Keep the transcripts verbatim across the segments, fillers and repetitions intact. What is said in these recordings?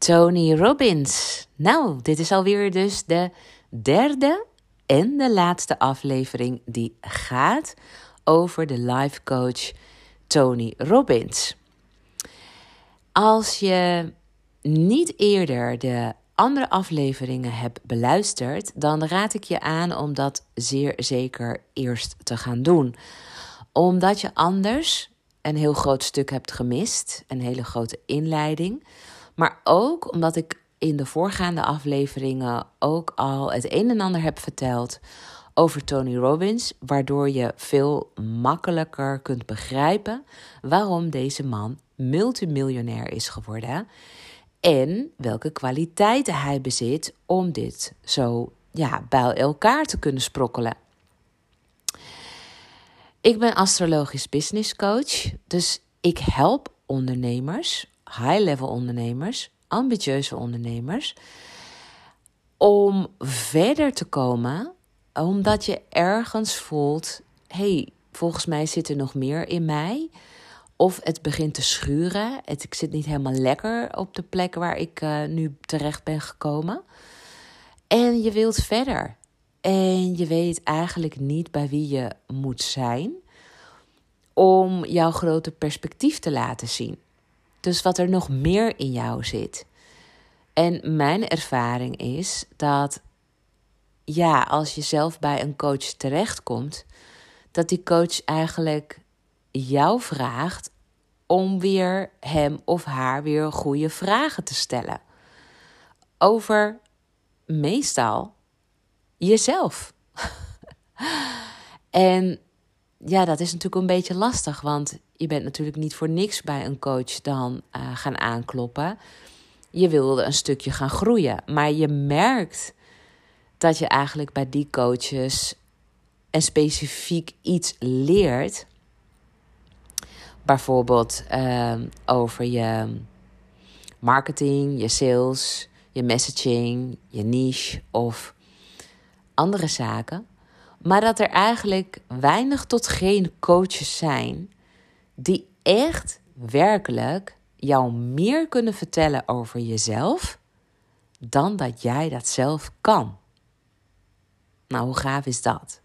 Tony Robbins. Nou, dit is alweer dus de derde en de laatste aflevering die gaat over de life coach Tony Robbins. Als je niet eerder de andere afleveringen hebt beluisterd, dan raad ik je aan om dat zeer zeker eerst te gaan doen. Omdat je anders een heel groot stuk hebt gemist, een hele grote inleiding. Maar ook omdat ik in de voorgaande afleveringen ook al het een en ander heb verteld over Tony Robbins, waardoor je veel makkelijker kunt begrijpen waarom deze man multimiljonair is geworden en welke kwaliteiten hij bezit om dit zo ja, bij elkaar te kunnen sprokkelen. Ik ben astrologisch business coach, dus ik help ondernemers, high-level ondernemers, ambitieuze ondernemers, om verder te komen, omdat je ergens voelt, hey, volgens mij zit er nog meer in mij. Of het begint te schuren. Het, ik zit niet helemaal lekker op de plek waar ik uh, nu terecht ben gekomen. En je wilt verder. En je weet eigenlijk niet bij wie je moet zijn om jouw grote perspectief te laten zien. Dus wat er nog meer in jou zit. En mijn ervaring is dat, ja, als je zelf bij een coach terechtkomt, dat die coach eigenlijk jou vraagt om weer hem of haar weer goede vragen te stellen. Over meestal jezelf. En ja, dat is natuurlijk een beetje lastig, want je bent natuurlijk niet voor niks bij een coach dan uh, gaan aankloppen. Je wilde een stukje gaan groeien, maar je merkt dat je eigenlijk bij die coaches en specifiek iets leert. Bijvoorbeeld uh, over je marketing, je sales, je messaging, je niche of andere zaken. Maar dat er eigenlijk weinig tot geen coaches zijn die echt werkelijk jou meer kunnen vertellen over jezelf dan dat jij dat zelf kan. Nou, hoe gaaf is dat?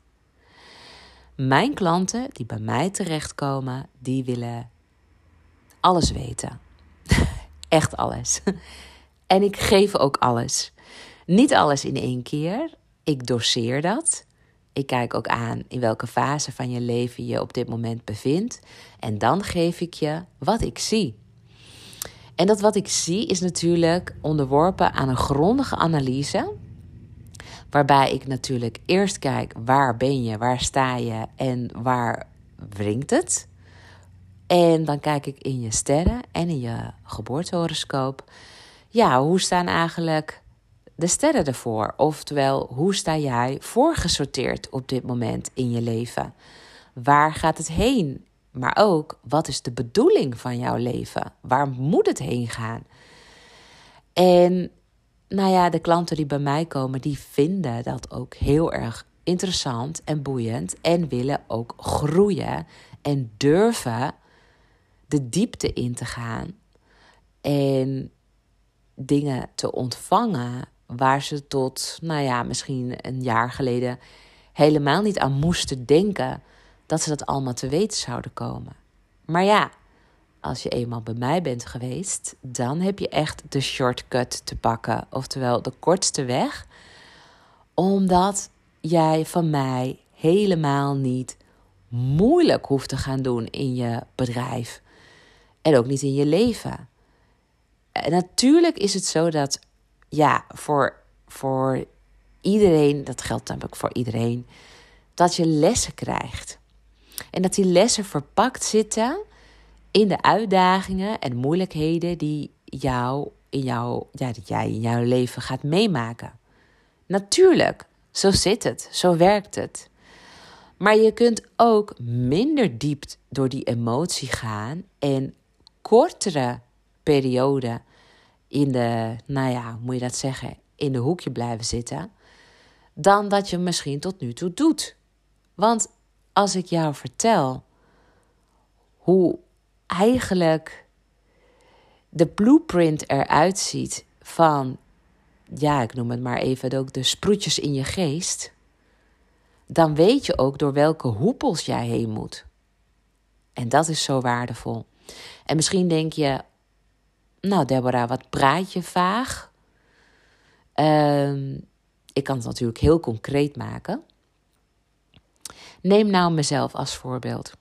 Mijn klanten die bij mij terechtkomen, die willen alles weten. Echt alles. En ik geef ook alles. Niet alles in één keer. Ik doseer dat. Ik kijk ook aan in welke fase van je leven je op dit moment bevindt. En dan geef ik je wat ik zie. En dat wat ik zie is natuurlijk onderworpen aan een grondige analyse. Waarbij ik natuurlijk eerst kijk, waar ben je, waar sta je en waar wringt het? En dan kijk ik in je sterren en in je geboortehoroscoop. Ja, hoe staan eigenlijk de sterren ervoor? Oftewel, hoe sta jij voorgesorteerd op dit moment in je leven? Waar gaat het heen? Maar ook, wat is de bedoeling van jouw leven? Waar moet het heen gaan? En nou ja, de klanten die bij mij komen, die vinden dat ook heel erg interessant en boeiend. En willen ook groeien en durven de diepte in te gaan. En dingen te ontvangen waar ze tot, nou ja, misschien een jaar geleden helemaal niet aan moesten denken dat ze dat allemaal te weten zouden komen. Maar ja, als je eenmaal bij mij bent geweest, dan heb je echt de shortcut te pakken. Oftewel de kortste weg. Omdat jij van mij helemaal niet moeilijk hoeft te gaan doen in je bedrijf. En ook niet in je leven. En natuurlijk is het zo dat, ja, voor, voor iedereen, dat geldt namelijk voor iedereen, dat je lessen krijgt. En dat die lessen verpakt zitten in de uitdagingen en moeilijkheden die, jou in jou, ja, die jij in jouw leven gaat meemaken. Natuurlijk, zo zit het, zo werkt het. Maar je kunt ook minder diep door die emotie gaan en kortere perioden in de, nou ja, hoe moet je dat zeggen, in de hoekje blijven zitten, dan dat je misschien tot nu toe doet. Want als ik jou vertel hoe eigenlijk de blueprint eruit ziet van, ja, ik noem het maar even ook de sproetjes in je geest, dan weet je ook door welke hoepels jij heen moet. En dat is zo waardevol. En misschien denk je, nou Deborah, wat praat je vaag? Uh, ik kan het natuurlijk heel concreet maken. Neem nou mezelf als voorbeeld.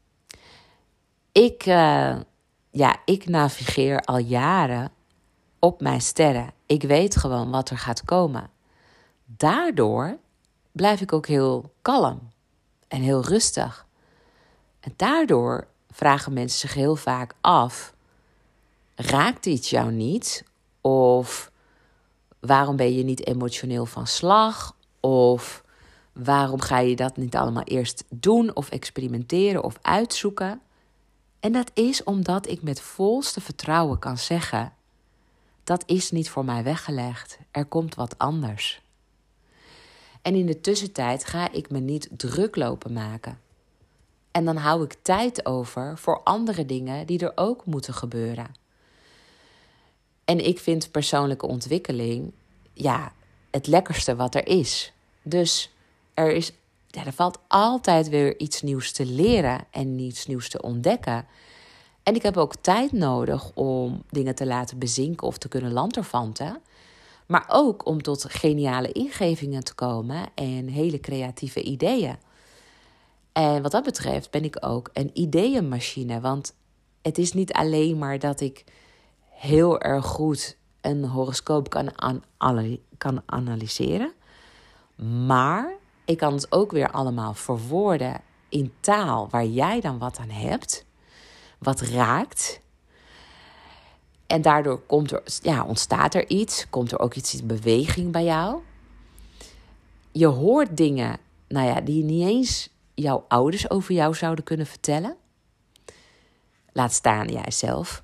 Ik, uh, ja, ik navigeer al jaren op mijn sterren. Ik weet gewoon wat er gaat komen. Daardoor blijf ik ook heel kalm en heel rustig. En daardoor vragen mensen zich heel vaak af, raakt iets jou niet? Of waarom ben je niet emotioneel van slag? Of waarom ga je dat niet allemaal eerst doen of experimenteren of uitzoeken? En dat is omdat ik met volste vertrouwen kan zeggen, dat is niet voor mij weggelegd. Er komt wat anders. En in de tussentijd ga ik me niet druk lopen maken. En dan hou ik tijd over voor andere dingen die er ook moeten gebeuren. En ik vind persoonlijke ontwikkeling, ja, het lekkerste wat er is. Dus er is, ja, er valt altijd weer iets nieuws te leren en iets nieuws te ontdekken. En ik heb ook tijd nodig om dingen te laten bezinken of te kunnen lanterfanten. Maar ook om tot geniale ingevingen te komen en hele creatieve ideeën. En wat dat betreft ben ik ook een ideeënmachine. Want het is niet alleen maar dat ik heel erg goed een horoscoop kan, an- kan analyseren. Maar ik kan het ook weer allemaal verwoorden in taal waar jij dan wat aan hebt. Wat raakt. En daardoor komt er, ja, ontstaat er iets. Komt er ook iets in beweging bij jou. Je hoort dingen, nou ja, die niet eens jouw ouders over jou zouden kunnen vertellen. Laat staan jijzelf.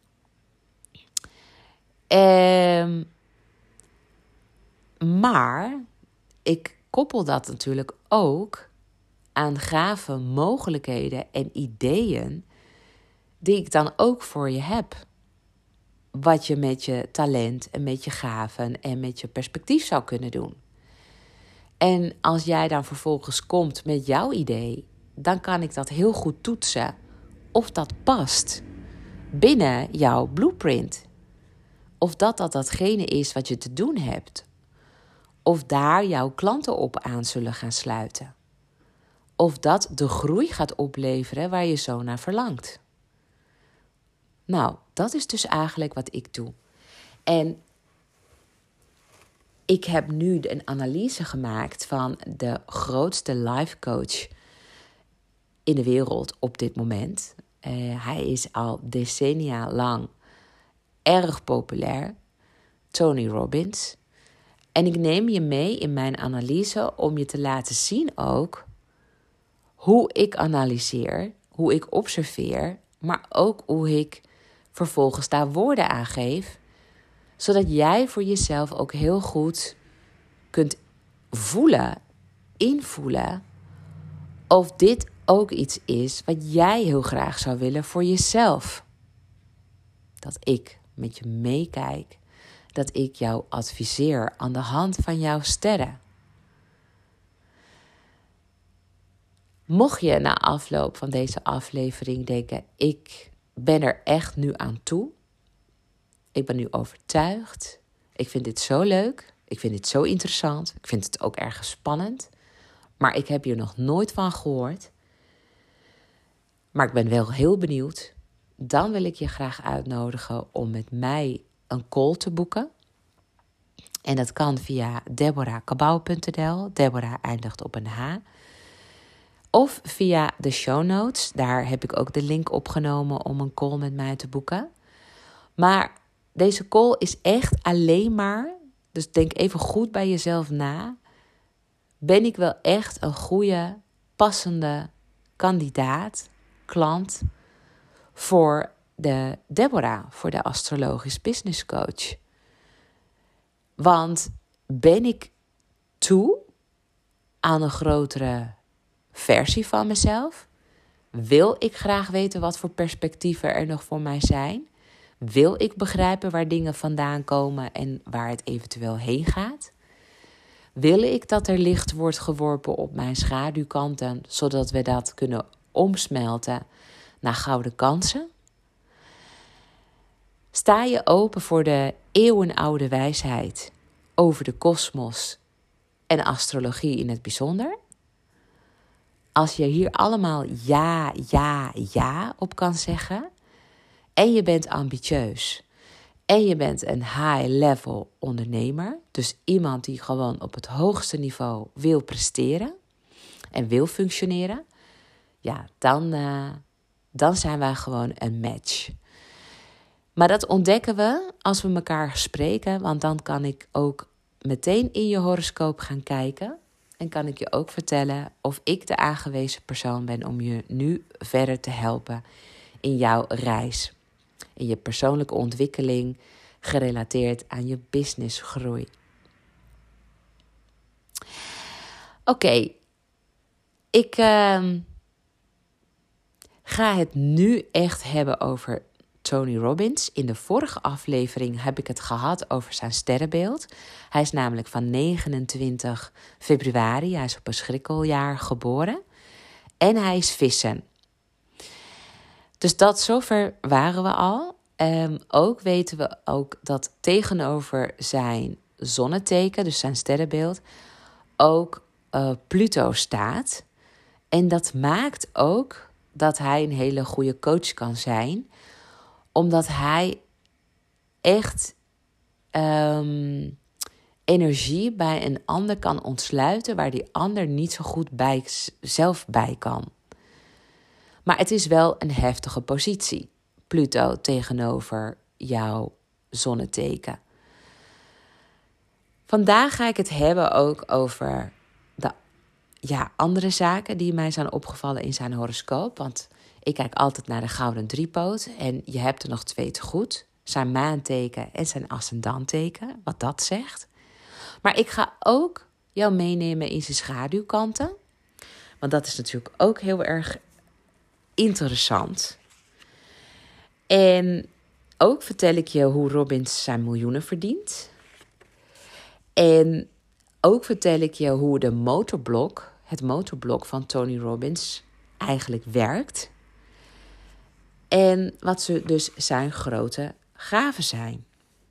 Um, maar ik koppel dat natuurlijk ook aan gave mogelijkheden en ideeën die ik dan ook voor je heb. Wat je met je talent en met je gaven en met je perspectief zou kunnen doen. En als jij dan vervolgens komt met jouw idee, dan kan ik dat heel goed toetsen of dat past binnen jouw blueprint. Of dat dat datgene is wat je te doen hebt. Of daar jouw klanten op aan zullen gaan sluiten. Of dat de groei gaat opleveren waar je zo naar verlangt. Nou, dat is dus eigenlijk wat ik doe. En ik heb nu een analyse gemaakt van de grootste life coach in de wereld op dit moment. Uh, hij is al decennia lang erg populair. Tony Robbins. En ik neem je mee in mijn analyse om je te laten zien ook hoe ik analyseer, hoe ik observeer, maar ook hoe ik vervolgens daar woorden aan geef, zodat jij voor jezelf ook heel goed kunt voelen, invoelen of dit ook iets is wat jij heel graag zou willen voor jezelf. Dat ik met je meekijk, dat ik jou adviseer aan de hand van jouw sterren. Mocht je na afloop van deze aflevering denken, ik ben er echt nu aan toe. Ik ben nu overtuigd. Ik vind dit zo leuk. Ik vind dit zo interessant. Ik vind het ook erg spannend. Maar ik heb hier nog nooit van gehoord. Maar ik ben wel heel benieuwd. Dan wil ik je graag uitnodigen om met mij een call te boeken. En dat kan via deborah cabau punt n l. Deborah eindigt op een H. Of via de show notes. Daar heb ik ook de link opgenomen om een call met mij te boeken. Maar deze call is echt alleen maar, dus denk even goed bij jezelf na. Ben ik wel echt een goede, passende kandidaat, klant voor de Deborah, voor de astrologisch business coach? Want ben ik toe aan een grotere versie van mezelf? Wil ik graag weten wat voor perspectieven er nog voor mij zijn? Wil ik begrijpen waar dingen vandaan komen en waar het eventueel heen gaat? Wil ik dat er licht wordt geworpen op mijn schaduwkanten, zodat we dat kunnen omsmelten naar gouden kansen? Sta je open voor de eeuwenoude wijsheid over de kosmos en astrologie in het bijzonder? Als je hier allemaal ja, ja, ja op kan zeggen en je bent ambitieus en je bent een high-level ondernemer, dus iemand die gewoon op het hoogste niveau wil presteren en wil functioneren, ja, dan, uh, dan zijn wij gewoon een match. Maar dat ontdekken we als we elkaar spreken, want dan kan ik ook meteen in je horoscoop gaan kijken en kan ik je ook vertellen of ik de aangewezen persoon ben om je nu verder te helpen in jouw reis, in je persoonlijke ontwikkeling, gerelateerd aan je businessgroei. Oké, okay, ik uh, ga het nu echt hebben over Tony Robbins. In de vorige aflevering heb ik het gehad over zijn sterrenbeeld. Hij is namelijk van negenentwintig februari, hij is op een schrikkeljaar geboren. En hij is vissen. Dus dat zover waren we al. Um, ook weten we ook dat tegenover zijn zonneteken, dus zijn sterrenbeeld, ook uh, Pluto staat. En dat maakt ook dat hij een hele goede coach kan zijn, omdat hij echt um, energie bij een ander kan ontsluiten waar die ander niet zo goed bij, zelf bij kan. Maar het is wel een heftige positie, Pluto tegenover jouw zonneteken. Vandaag ga ik het hebben ook over de ja, andere zaken die mij zijn opgevallen in zijn horoscoop. Want ik kijk altijd naar de gouden driepoot en je hebt er nog twee te goed. Zijn maanteken en zijn ascendanteken, wat dat zegt. Maar ik ga ook jou meenemen in zijn schaduwkanten. Want dat is natuurlijk ook heel erg interessant. En ook vertel ik je hoe Robbins zijn miljoenen verdient. En ook vertel ik je hoe de motorblok, het motorblok van Tony Robbins eigenlijk werkt. En wat ze dus zijn grote gaven zijn.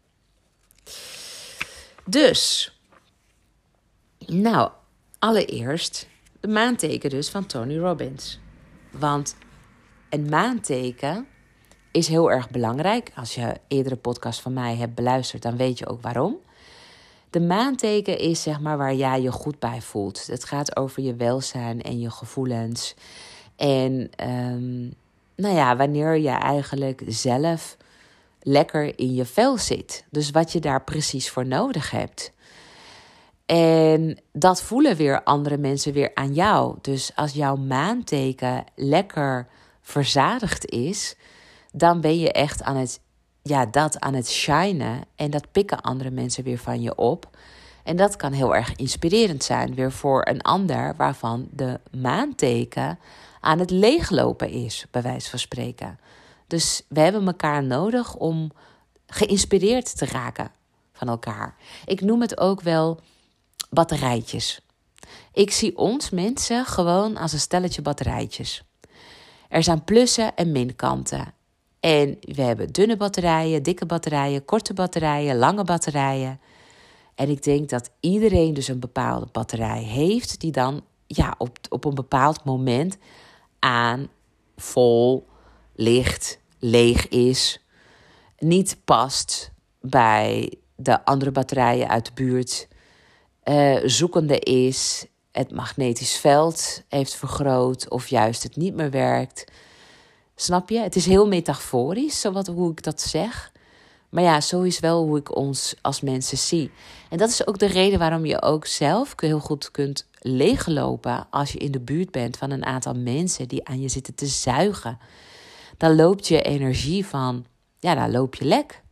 Dus, nou, allereerst de maanteken dus van Tony Robbins. Want een maanteken is heel erg belangrijk. Als je eerdere podcast van mij hebt beluisterd, dan weet je ook waarom. De maanteken is zeg maar waar jij je goed bij voelt. Het gaat over je welzijn en je gevoelens. En um, nou ja, wanneer je eigenlijk zelf lekker in je vel zit. Dus wat je daar precies voor nodig hebt. En dat voelen weer andere mensen weer aan jou. Dus als jouw maanteken lekker verzadigd is, dan ben je echt aan het, ja, dat aan het shinen. En dat pikken andere mensen weer van je op. En dat kan heel erg inspirerend zijn weer voor een ander waarvan de maanteken aan het leeglopen is, bij wijze van spreken. Dus we hebben elkaar nodig om geïnspireerd te raken van elkaar. Ik noem het ook wel batterijtjes. Ik zie ons mensen gewoon als een stelletje batterijtjes. Er zijn plussen en minkanten. En we hebben dunne batterijen, dikke batterijen, korte batterijen, lange batterijen. En ik denk dat iedereen dus een bepaalde batterij heeft die dan ja, op, op een bepaald moment aan, vol, licht, leeg is. Niet past bij de andere batterijen uit de buurt. Uh, zoekende is, het magnetisch veld heeft vergroot of juist het niet meer werkt. Snap je? Het is heel metaforisch, zowat hoe ik dat zeg. Maar ja, zo is wel hoe ik ons als mensen zie. En dat is ook de reden waarom je ook zelf heel goed kunt leeglopen als je in de buurt bent van een aantal mensen die aan je zitten te zuigen. Dan loopt je energie van, ja, dan loop je lek.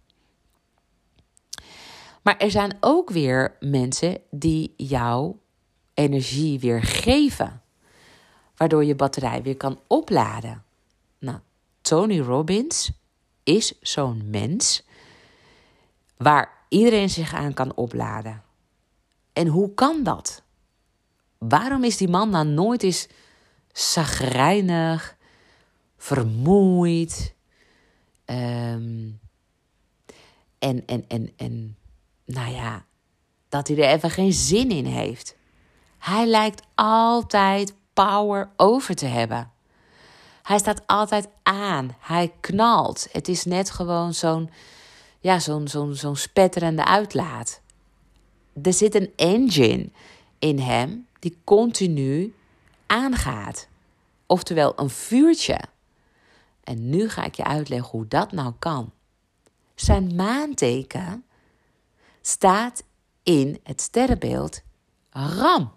Maar er zijn ook weer mensen die jouw energie weer geven, waardoor je batterij weer kan opladen. Nou, Tony Robbins is zo'n mens waar iedereen zich aan kan opladen. En hoe kan dat? Waarom is die man dan nooit eens chagrijnig, vermoeid, um, en, en, en, en, nou ja, dat hij er even geen zin in heeft. Hij lijkt altijd power over te hebben. Hij staat altijd aan. Hij knalt. Het is net gewoon zo'n, ja, zo'n, zo'n, zo'n spetterende uitlaat. Er zit een engine in hem die continu aangaat. Oftewel een vuurtje. En nu ga ik je uitleggen hoe dat nou kan. Zijn maanteken staat in het sterrenbeeld Ram.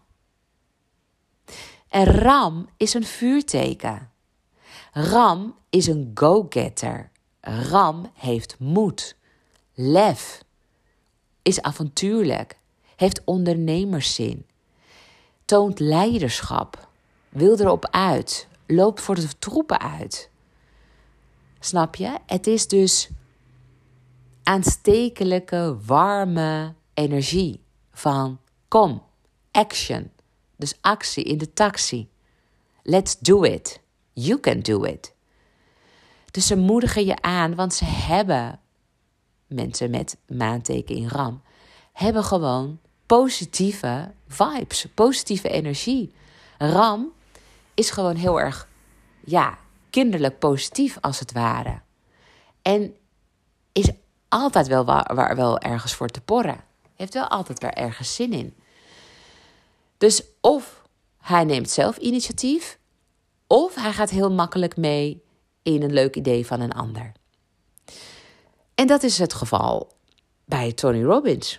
En Ram is een vuurteken. Ram is een go-getter. Ram heeft moed, lef, is avontuurlijk, heeft ondernemerszin, toont leiderschap, wil erop uit, loopt voor de troepen uit. Snap je? Het is dus aanstekelijke, warme energie van kom, action. Dus actie in de taxi. Let's do it. You can do it. Dus ze moedigen je aan, want ze hebben, mensen met maanteken in Ram, hebben gewoon positieve vibes, positieve energie. Ram is gewoon heel erg, ja, kinderlijk positief als het ware. En is altijd wel, waar, waar, wel ergens voor te porren. Heeft wel altijd weer ergens zin in. Dus of hij neemt zelf initiatief, of hij gaat heel makkelijk mee in een leuk idee van een ander. En dat is het geval bij Tony Robbins.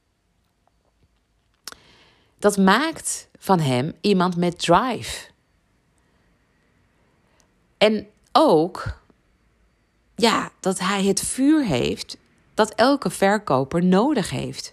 Dat maakt van hem iemand met drive. En ook, ja, dat hij het vuur heeft dat elke verkoper nodig heeft.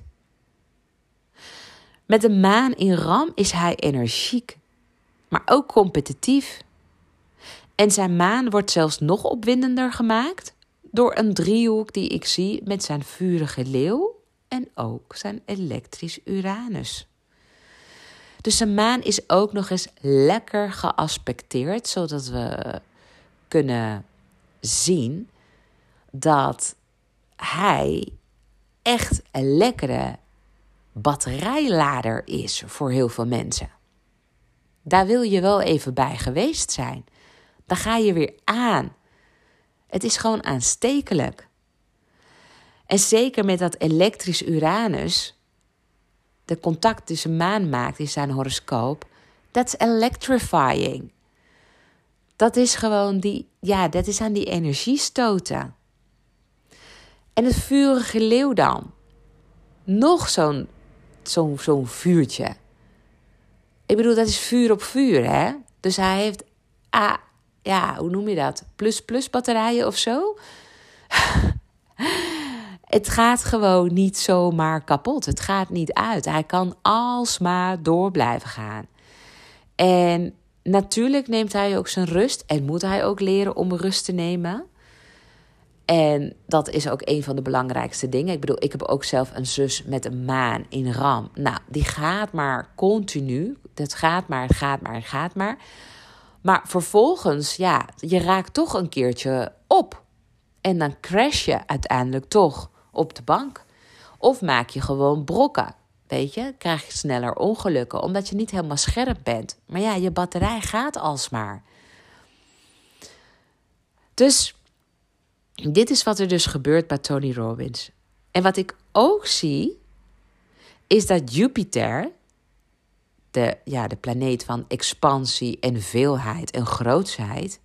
Met de maan in Ram is hij energiek, maar ook competitief. En zijn maan wordt zelfs nog opwindender gemaakt door een driehoek die ik zie met zijn vurige leeuw en ook zijn elektrisch Uranus. Dus zijn maan is ook nog eens lekker geaspecteerd, zodat we kunnen zien dat hij echt een lekkere batterijlader is voor heel veel mensen. Daar wil je wel even bij geweest zijn. Dan ga je weer aan. Het is gewoon aanstekelijk. En zeker met dat elektrisch Uranus, de contact die zijn maan maakt in zijn horoscoop, that's electrifying. Dat is gewoon die, ja, dat is aan die energie stoten. En het vurige leeuw dan. Nog zo'n, zo'n, zo'n vuurtje. Ik bedoel, dat is vuur op vuur, hè? Dus hij heeft, ah, ja, hoe noem je dat? Plus-plus batterijen of zo? Het gaat gewoon niet zomaar kapot. Het gaat niet uit. Hij kan alsmaar door blijven gaan. En natuurlijk neemt hij ook zijn rust. En moet hij ook leren om rust te nemen. En dat is ook een van de belangrijkste dingen. Ik bedoel, ik heb ook zelf een zus met een maan in Ram. Nou, die gaat maar continu. Het gaat maar, het gaat maar, het gaat maar. Maar vervolgens, ja, je raakt toch een keertje op. En dan crash je uiteindelijk toch op de bank. Of maak je gewoon brokken. Weet je, krijg je sneller ongelukken, omdat je niet helemaal scherp bent. Maar ja, je batterij gaat alsmaar. Dus dit is wat er dus gebeurt bij Tony Robbins. En wat ik ook zie, is dat Jupiter, de, ja, de planeet van expansie en veelheid en grootsheid,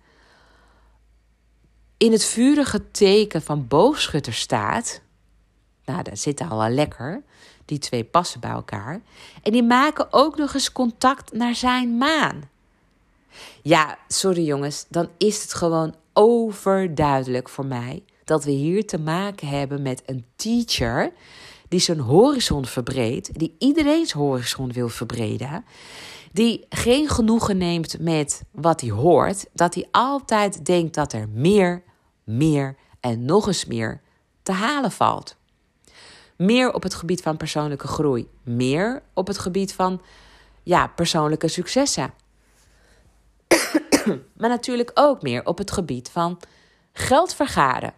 in het vurige teken van boogschutter staat. Nou, dat zit al wel lekker. Die twee passen bij elkaar. En die maken ook nog eens contact naar zijn maan. Ja, sorry jongens, dan is het gewoon overduidelijk voor mij dat we hier te maken hebben met een teacher die zijn horizon verbreedt, die iedereen's horizon wil verbreden, die geen genoegen neemt met wat hij hoort, dat hij altijd denkt dat er meer, meer en nog eens meer te halen valt. Meer op het gebied van persoonlijke groei. Meer op het gebied van ja, persoonlijke successen. Maar natuurlijk ook meer op het gebied van geld vergaren.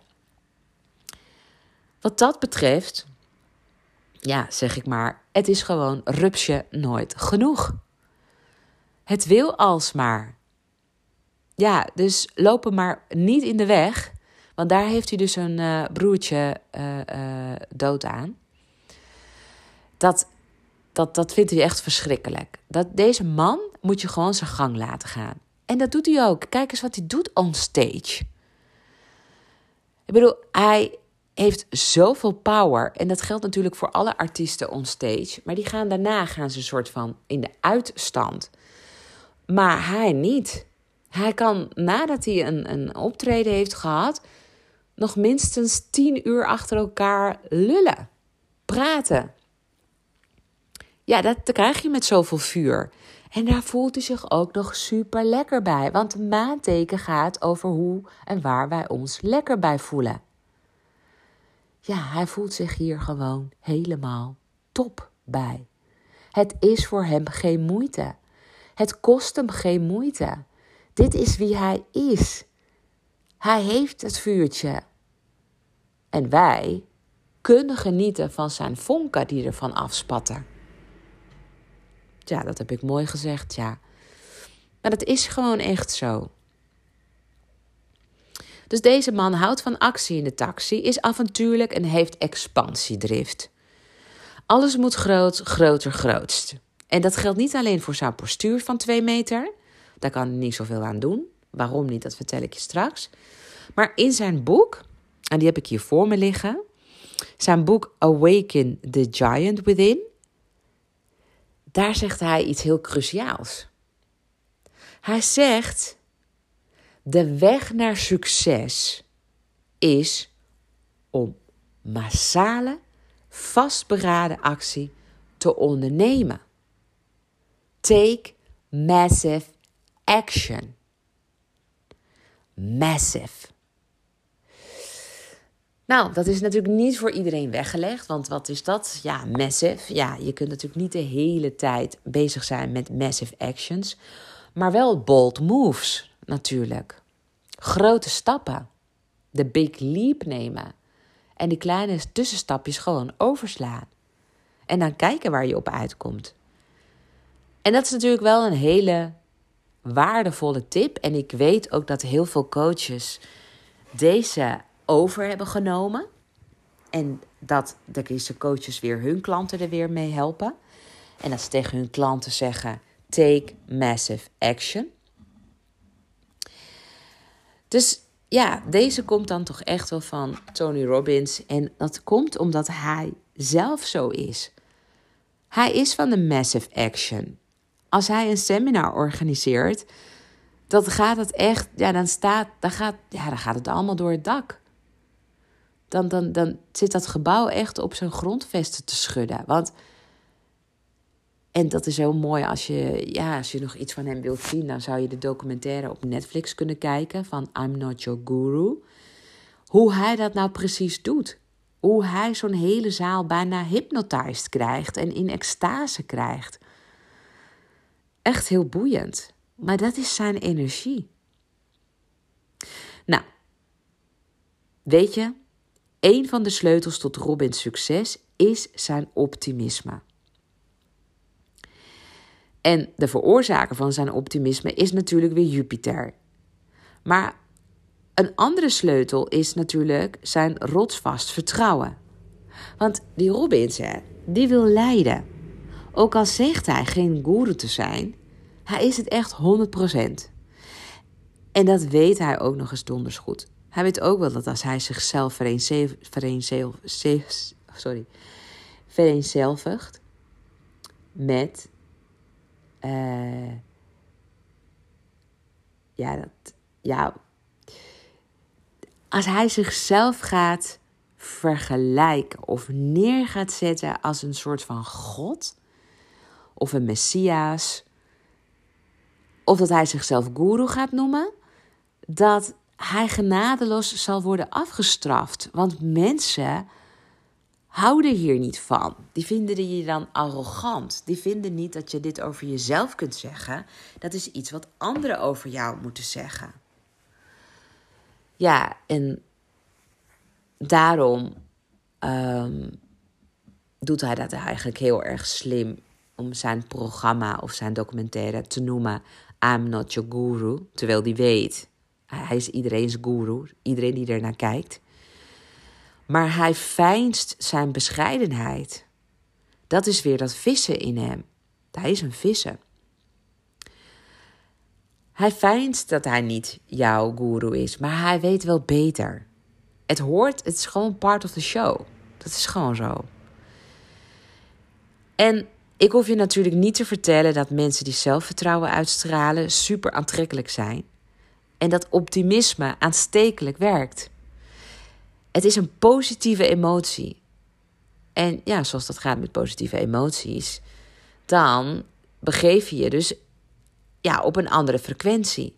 Wat dat betreft, ja, zeg ik maar, het is gewoon rupsje nooit genoeg. Het wil alsmaar. Ja, dus loop hem maar niet in de weg, want daar heeft hij dus een uh, broertje uh, uh, dood aan. Dat, dat, dat vindt hij echt verschrikkelijk. Dat, deze man moet je gewoon zijn gang laten gaan. En dat doet hij ook. Kijk eens wat hij doet on stage. Ik bedoel, hij heeft zoveel power. En dat geldt natuurlijk voor alle artiesten on stage. Maar die gaan daarna gaan ze een soort van in de uitstand. Maar hij niet. Hij kan, nadat hij een, een optreden heeft gehad, nog minstens tien uur achter elkaar lullen. Praten. Ja, dat, dat krijg je met zoveel vuur. En daar voelt hij zich ook nog super lekker bij. Want de maanteken gaat over hoe en waar wij ons lekker bij voelen. Ja, hij voelt zich hier gewoon helemaal top bij. Het is voor hem geen moeite. Het kost hem geen moeite. Dit is wie hij is. Hij heeft het vuurtje. En wij kunnen genieten van zijn vonken die ervan afspatten. Ja, dat heb ik mooi gezegd, ja. Maar dat is gewoon echt zo. Dus deze man houdt van actie in de taxi, is avontuurlijk en heeft expansiedrift. Alles moet groot, groter, grootst. En dat geldt niet alleen voor zijn postuur van twee meter. Daar kan hij niet zoveel aan doen. Waarom niet, dat vertel ik je straks. Maar in zijn boek, en die heb ik hier voor me liggen. Zijn boek Awaken the Giant Within. Daar zegt hij iets heel cruciaals. Hij zegt, de weg naar succes is om massale, vastberaden actie te ondernemen. Take massive action. Massive. Nou, dat is natuurlijk niet voor iedereen weggelegd, want wat is dat? Ja, massive. Ja, je kunt natuurlijk niet de hele tijd bezig zijn met massive actions, maar wel bold moves natuurlijk. Grote stappen. De big leap nemen. En die kleine tussenstapjes gewoon overslaan. En dan kijken waar je op uitkomt. En dat is natuurlijk wel een hele waardevolle tip. En ik weet ook dat heel veel coaches deze over hebben genomen. En dat deze coaches weer hun klanten er weer mee helpen. En dat ze tegen hun klanten zeggen, take massive action. Dus ja, deze komt dan toch echt wel van Tony Robbins. En dat komt omdat hij zelf zo is. Hij is van de massive action. Als hij een seminar organiseert, dan gaat het echt, ja, dan staat, dan gaat, ja, dan gaat het allemaal door het dak. Dan, dan, dan zit dat gebouw echt op zijn grondvesten te schudden. Want, en dat is zo mooi, als je, ja, als je nog iets van hem wilt zien, dan zou je de documentaire op Netflix kunnen kijken van I'm Not Your Guru. Hoe hij dat nou precies doet. Hoe hij zo'n hele zaal bijna hypnotized krijgt en in extase krijgt. Echt heel boeiend. Maar dat is zijn energie. Nou, weet je, een van de sleutels tot Robins succes is zijn optimisme. En de veroorzaker van zijn optimisme is natuurlijk weer Jupiter. Maar een andere sleutel is natuurlijk zijn rotsvast vertrouwen. Want die Robbins, hè, die wil leiden. Ook al zegt hij geen guru te zijn, hij is het echt honderd procent. En dat weet hij ook nog eens donders goed. Hij weet ook wel dat als hij zichzelf vereenzelvigt, sorry, vereenzelvigt met, uh, ja, dat, ja, als hij zichzelf gaat vergelijken of neer gaat zetten als een soort van God of een Messias, of dat hij zichzelf guru gaat noemen, dat hij genadeloos zal worden afgestraft. Want mensen houden hier niet van. Die vinden je dan arrogant. Die vinden niet dat je dit over jezelf kunt zeggen. Dat is iets wat anderen over jou moeten zeggen. Ja, en daarom um, doet hij dat eigenlijk heel erg slim om zijn programma of zijn documentaire te noemen I'm Not Your Guru. Terwijl die weet, hij is iedereen's guru, iedereen die ernaar kijkt. Maar hij feinst zijn bescheidenheid. Dat is weer dat vissen in hem. Hij is een visser. Hij feinst dat hij niet jouw guru is, maar hij weet wel beter. Het hoort, het is gewoon part of the show. Dat is gewoon zo. En ik hoef je natuurlijk niet te vertellen dat mensen die zelfvertrouwen uitstralen super aantrekkelijk zijn. En dat optimisme aanstekelijk werkt. Het is een positieve emotie. En ja, zoals dat gaat met positieve emoties, dan begeef je je dus ja, op een andere frequentie.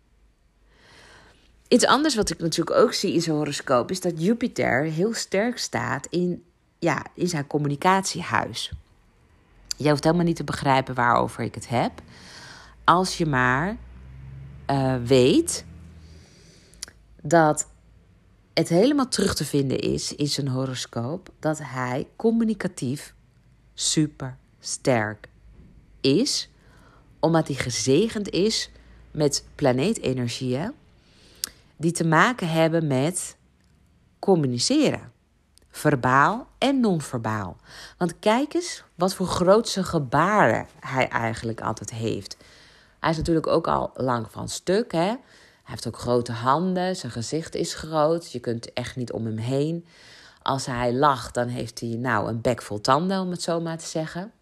Iets anders wat ik natuurlijk ook zie in zijn horoscoop is dat Jupiter heel sterk staat in, ja, in zijn communicatiehuis. Je hoeft helemaal niet te begrijpen waarover ik het heb. Als je maar uh, weet dat het helemaal terug te vinden is in zijn horoscoop dat hij communicatief super sterk is, omdat hij gezegend is met planeetenergieën die te maken hebben met communiceren. Verbaal en non-verbaal. Want kijk eens wat voor grootse gebaren hij eigenlijk altijd heeft. Hij is natuurlijk ook al lang van stuk, hè. Hij heeft ook grote handen, zijn gezicht is groot. Je kunt echt niet om hem heen. Als hij lacht, dan heeft hij nou een bek vol tanden, om het zo maar te zeggen.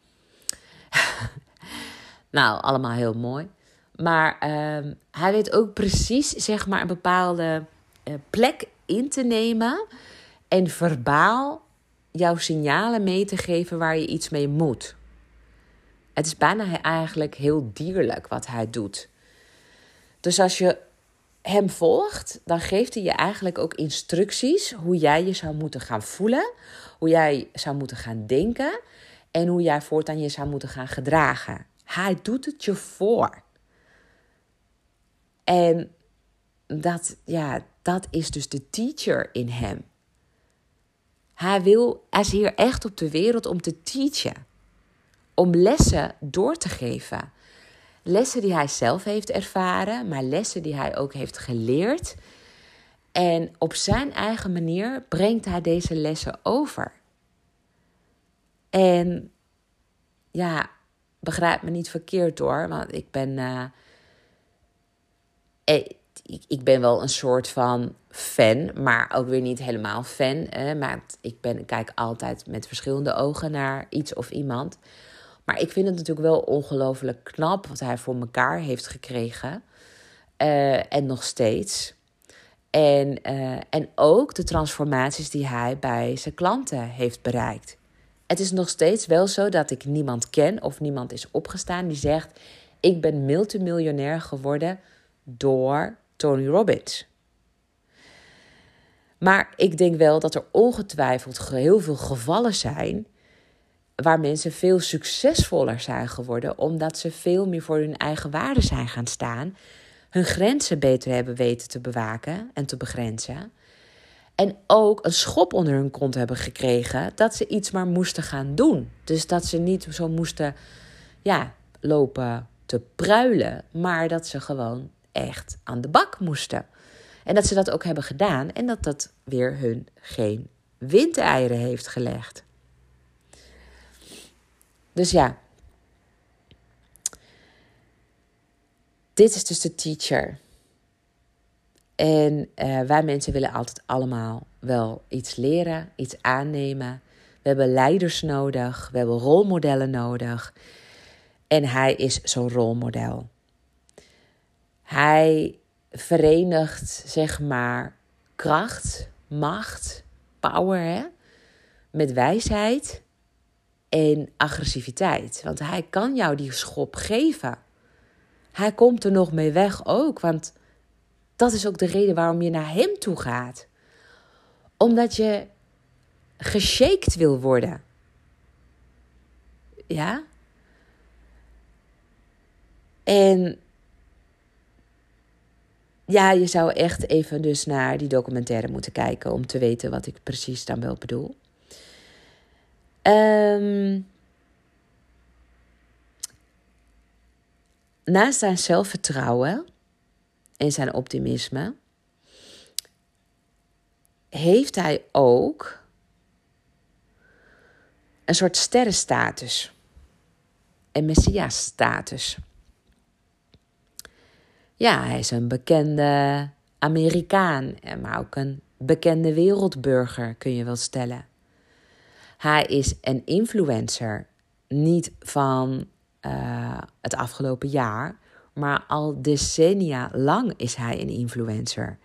Nou, allemaal heel mooi. Maar uh, hij weet ook precies, zeg maar, een bepaalde uh, plek in te nemen en verbaal jouw signalen mee te geven waar je iets mee moet. Het is bijna eigenlijk heel dierlijk wat hij doet. Dus als je hem volgt, dan geeft hij je eigenlijk ook instructies hoe jij je zou moeten gaan voelen, hoe jij zou moeten gaan denken en hoe jij voortaan je zou moeten gaan gedragen. Hij doet het je voor. En dat, ja, dat is dus de teacher in hem. Hij, wil, hij is hier echt op de wereld om te teachen. Om lessen door te geven. Lessen die hij zelf heeft ervaren, maar lessen die hij ook heeft geleerd. En op zijn eigen manier brengt hij deze lessen over. En ja, begrijp me niet verkeerd hoor, want ik ben... Uh, ik, ik ben wel een soort van fan, maar ook weer niet helemaal fan. Hè, maar ik, ben, ik kijk altijd met verschillende ogen naar iets of iemand. Maar ik vind het natuurlijk wel ongelooflijk knap wat hij voor elkaar heeft gekregen. Uh, en nog steeds. En, uh, en ook de transformaties die hij bij zijn klanten heeft bereikt. Het is nog steeds wel zo dat ik niemand ken of niemand is opgestaan die zegt: ik ben multimiljonair geworden door Tony Robbins. Maar ik denk wel dat er ongetwijfeld heel veel gevallen zijn waar mensen veel succesvoller zijn geworden, omdat ze veel meer voor hun eigen waarde zijn gaan staan, hun grenzen beter hebben weten te bewaken en te begrenzen, en ook een schop onder hun kont hebben gekregen dat ze iets maar moesten gaan doen. Dus dat ze niet zo moesten ja, lopen te pruilen, maar dat ze gewoon echt aan de bak moesten. En dat ze dat ook hebben gedaan en dat dat weer hun geen windeieren heeft gelegd. Dus ja, dit is dus de teacher. En uh, wij mensen willen altijd allemaal wel iets leren, iets aannemen. We hebben leiders nodig, we hebben rolmodellen nodig. En hij is zo'n rolmodel. Hij verenigt, zeg maar, kracht, macht, power, hè, met wijsheid en agressiviteit. Want hij kan jou die schop geven. Hij komt er nog mee weg ook, want dat is ook de reden waarom je naar hem toe gaat. Omdat je geshaked wil worden. Ja? En ja, je zou echt even dus naar die documentaire moeten kijken om te weten wat ik precies dan wel bedoel. Um, naast zijn zelfvertrouwen en zijn optimisme heeft hij ook een soort sterrenstatus. Een messiasstatus. Ja, hij is een bekende Amerikaan, maar ook een bekende wereldburger, kun je wel stellen. Hij is een influencer, niet van uh, het afgelopen jaar, maar al decennia lang is hij een influencer.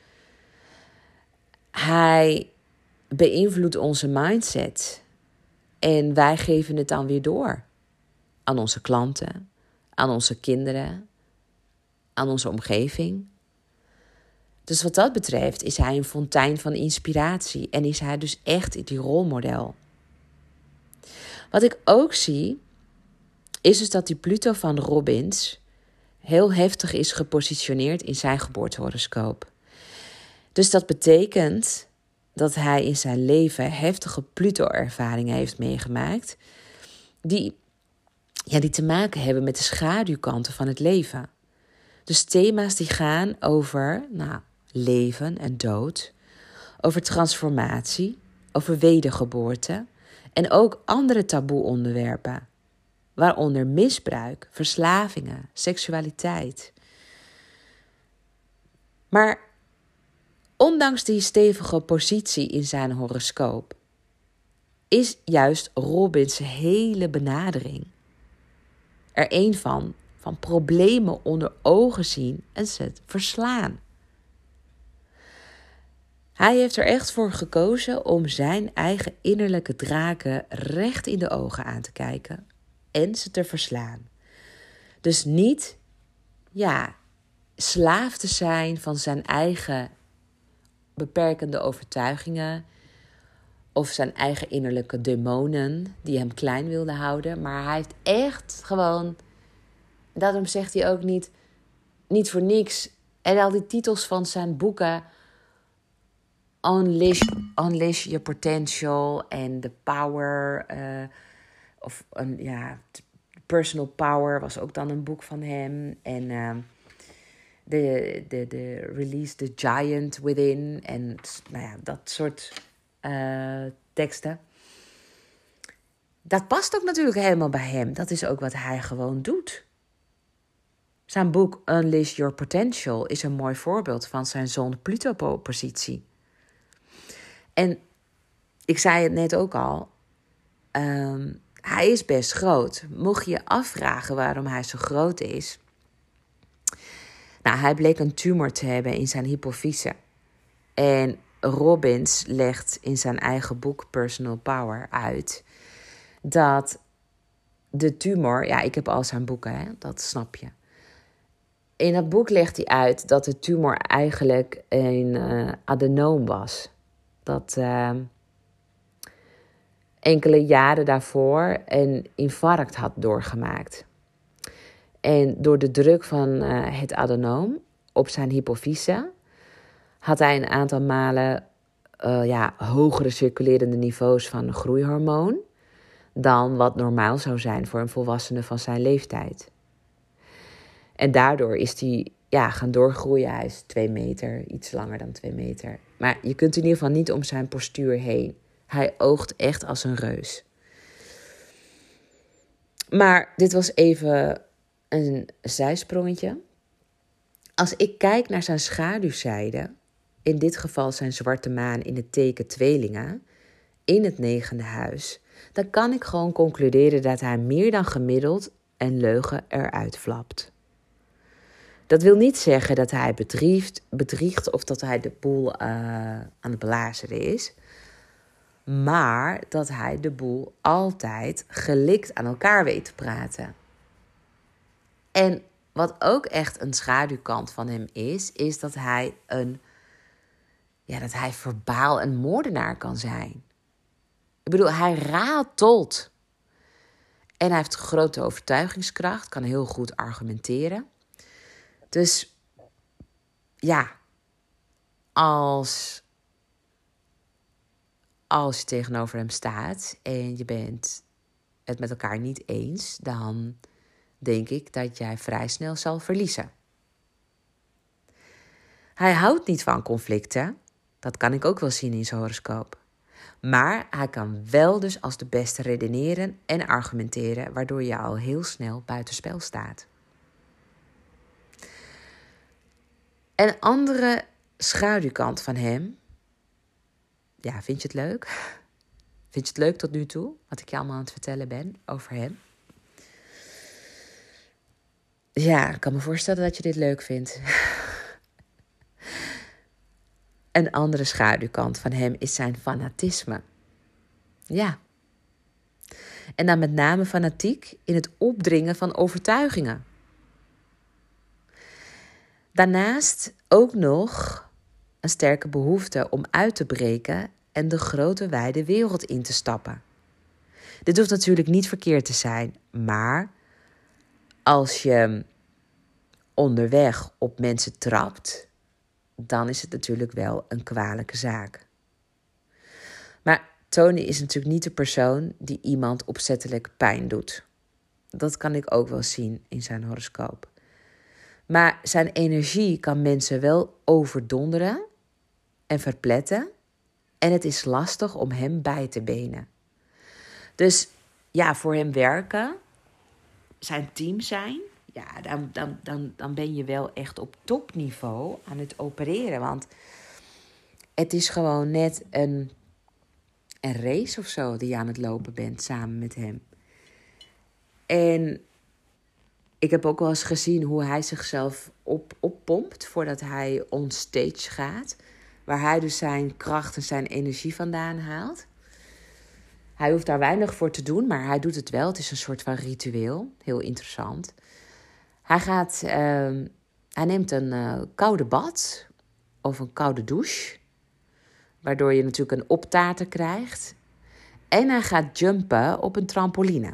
Hij beïnvloedt onze mindset en wij geven het dan weer door aan onze klanten, aan onze kinderen, aan onze omgeving. Dus wat dat betreft is hij een fontein van inspiratie en is hij dus echt die rolmodel. Wat ik ook zie, is dus dat die Pluto van Robbins heel heftig is gepositioneerd in zijn geboortehoroscoop. Dus dat betekent dat hij in zijn leven heftige Pluto-ervaringen heeft meegemaakt, die, ja, die te maken hebben met de schaduwkanten van het leven. Dus thema's die gaan over nou, leven en dood, over transformatie, over wedergeboorte en ook andere taboe-onderwerpen, waaronder misbruik, verslavingen, seksualiteit. Maar ondanks die stevige positie in zijn horoscoop is juist Robbins' hele benadering er één van, van problemen onder ogen zien en ze verslaan. Hij heeft er echt voor gekozen om zijn eigen innerlijke draken recht in de ogen aan te kijken en ze te verslaan. Dus niet, ja, slaaf te zijn van zijn eigen beperkende overtuigingen of zijn eigen innerlijke demonen die hem klein wilden houden. Maar hij heeft echt gewoon, daarom zegt hij ook niet, niet voor niks. En al die titels van zijn boeken, Unleash, Unleash Your Potential en The Power, uh, of een, ja, Personal Power was ook dan een boek van hem. En uh, de, de, de Release the Giant Within en nou ja, dat soort uh, teksten. Dat past ook natuurlijk helemaal bij hem. Dat is ook wat hij gewoon doet. Zijn boek Unleash Your Potential is een mooi voorbeeld van zijn zon-Pluto-positie. En ik zei het net ook al, um, hij is best groot. Mocht je je afvragen waarom hij zo groot is. Nou, hij bleek een tumor te hebben in zijn hypofyse. En Robbins legt in zijn eigen boek Personal Power uit dat de tumor, ja, ik heb al zijn boeken, hè, dat snap je. In dat boek legt hij uit dat de tumor eigenlijk een uh, adenoom was. Dat uh, enkele jaren daarvoor een infarct had doorgemaakt. En door de druk van uh, het adenoom op zijn hypofyse had hij een aantal malen uh, ja, hogere circulerende niveaus van een groeihormoon dan wat normaal zou zijn voor een volwassene van zijn leeftijd. En daardoor is hij ja, gaan doorgroeien. Hij is twee meter, iets langer dan twee meter. Maar je kunt in ieder geval niet om zijn postuur heen. Hij oogt echt als een reus. Maar dit was even een zijsprongetje. Als ik kijk naar zijn schaduwzijde, in dit geval zijn zwarte maan in het teken tweelingen, in het negende huis, dan kan ik gewoon concluderen dat hij meer dan gemiddeld een leugen eruit flapt. Dat wil niet zeggen dat hij bedriegt, bedriegt of dat hij de boel uh, aan het belazeren is. Maar dat hij de boel altijd gelikt aan elkaar weet te praten. En wat ook echt een schaduwkant van hem is, is dat hij een, ja, dat hij verbaal een moordenaar kan zijn. Ik bedoel, hij ratelt. En hij heeft grote overtuigingskracht, kan heel goed argumenteren. Dus ja, als, als je tegenover hem staat en je bent het met elkaar niet eens, dan denk ik dat jij vrij snel zal verliezen. Hij houdt niet van conflicten. Dat kan ik ook wel zien in zijn horoscoop. Maar hij kan wel dus als de beste redeneren en argumenteren, waardoor je al heel snel buitenspel staat. Een andere schaduwkant van hem. Ja, vind je het leuk? Vind je het leuk tot nu toe, wat ik je allemaal aan het vertellen ben over hem? Ja, ik kan me voorstellen dat je dit leuk vindt. Een andere schaduwkant van hem is zijn fanatisme. Ja. En dan met name fanatiek in het opdringen van overtuigingen. Daarnaast ook nog een sterke behoefte om uit te breken en de grote wijde wereld in te stappen. Dit hoeft natuurlijk niet verkeerd te zijn, maar als je onderweg op mensen trapt, dan is het natuurlijk wel een kwalijke zaak. Maar Tony is natuurlijk niet de persoon die iemand opzettelijk pijn doet. Dat kan ik ook wel zien in zijn horoscoop. Maar zijn energie kan mensen wel overdonderen en verpletten. En het is lastig om hem bij te benen. Dus ja, voor hem werken, zijn team zijn, ja, dan, dan, dan, dan ben je wel echt op topniveau aan het opereren. Want het is gewoon net een, een race of zo die je aan het lopen bent samen met hem. En ik heb ook wel eens gezien hoe hij zichzelf op, oppompt voordat hij on stage gaat. Waar hij dus zijn kracht en zijn energie vandaan haalt. Hij hoeft daar weinig voor te doen, maar hij doet het wel. Het is een soort van ritueel. Heel interessant. Hij gaat, uh, hij neemt een uh, koude bad of een koude douche. Waardoor je natuurlijk een optater krijgt. En hij gaat jumpen op een trampoline.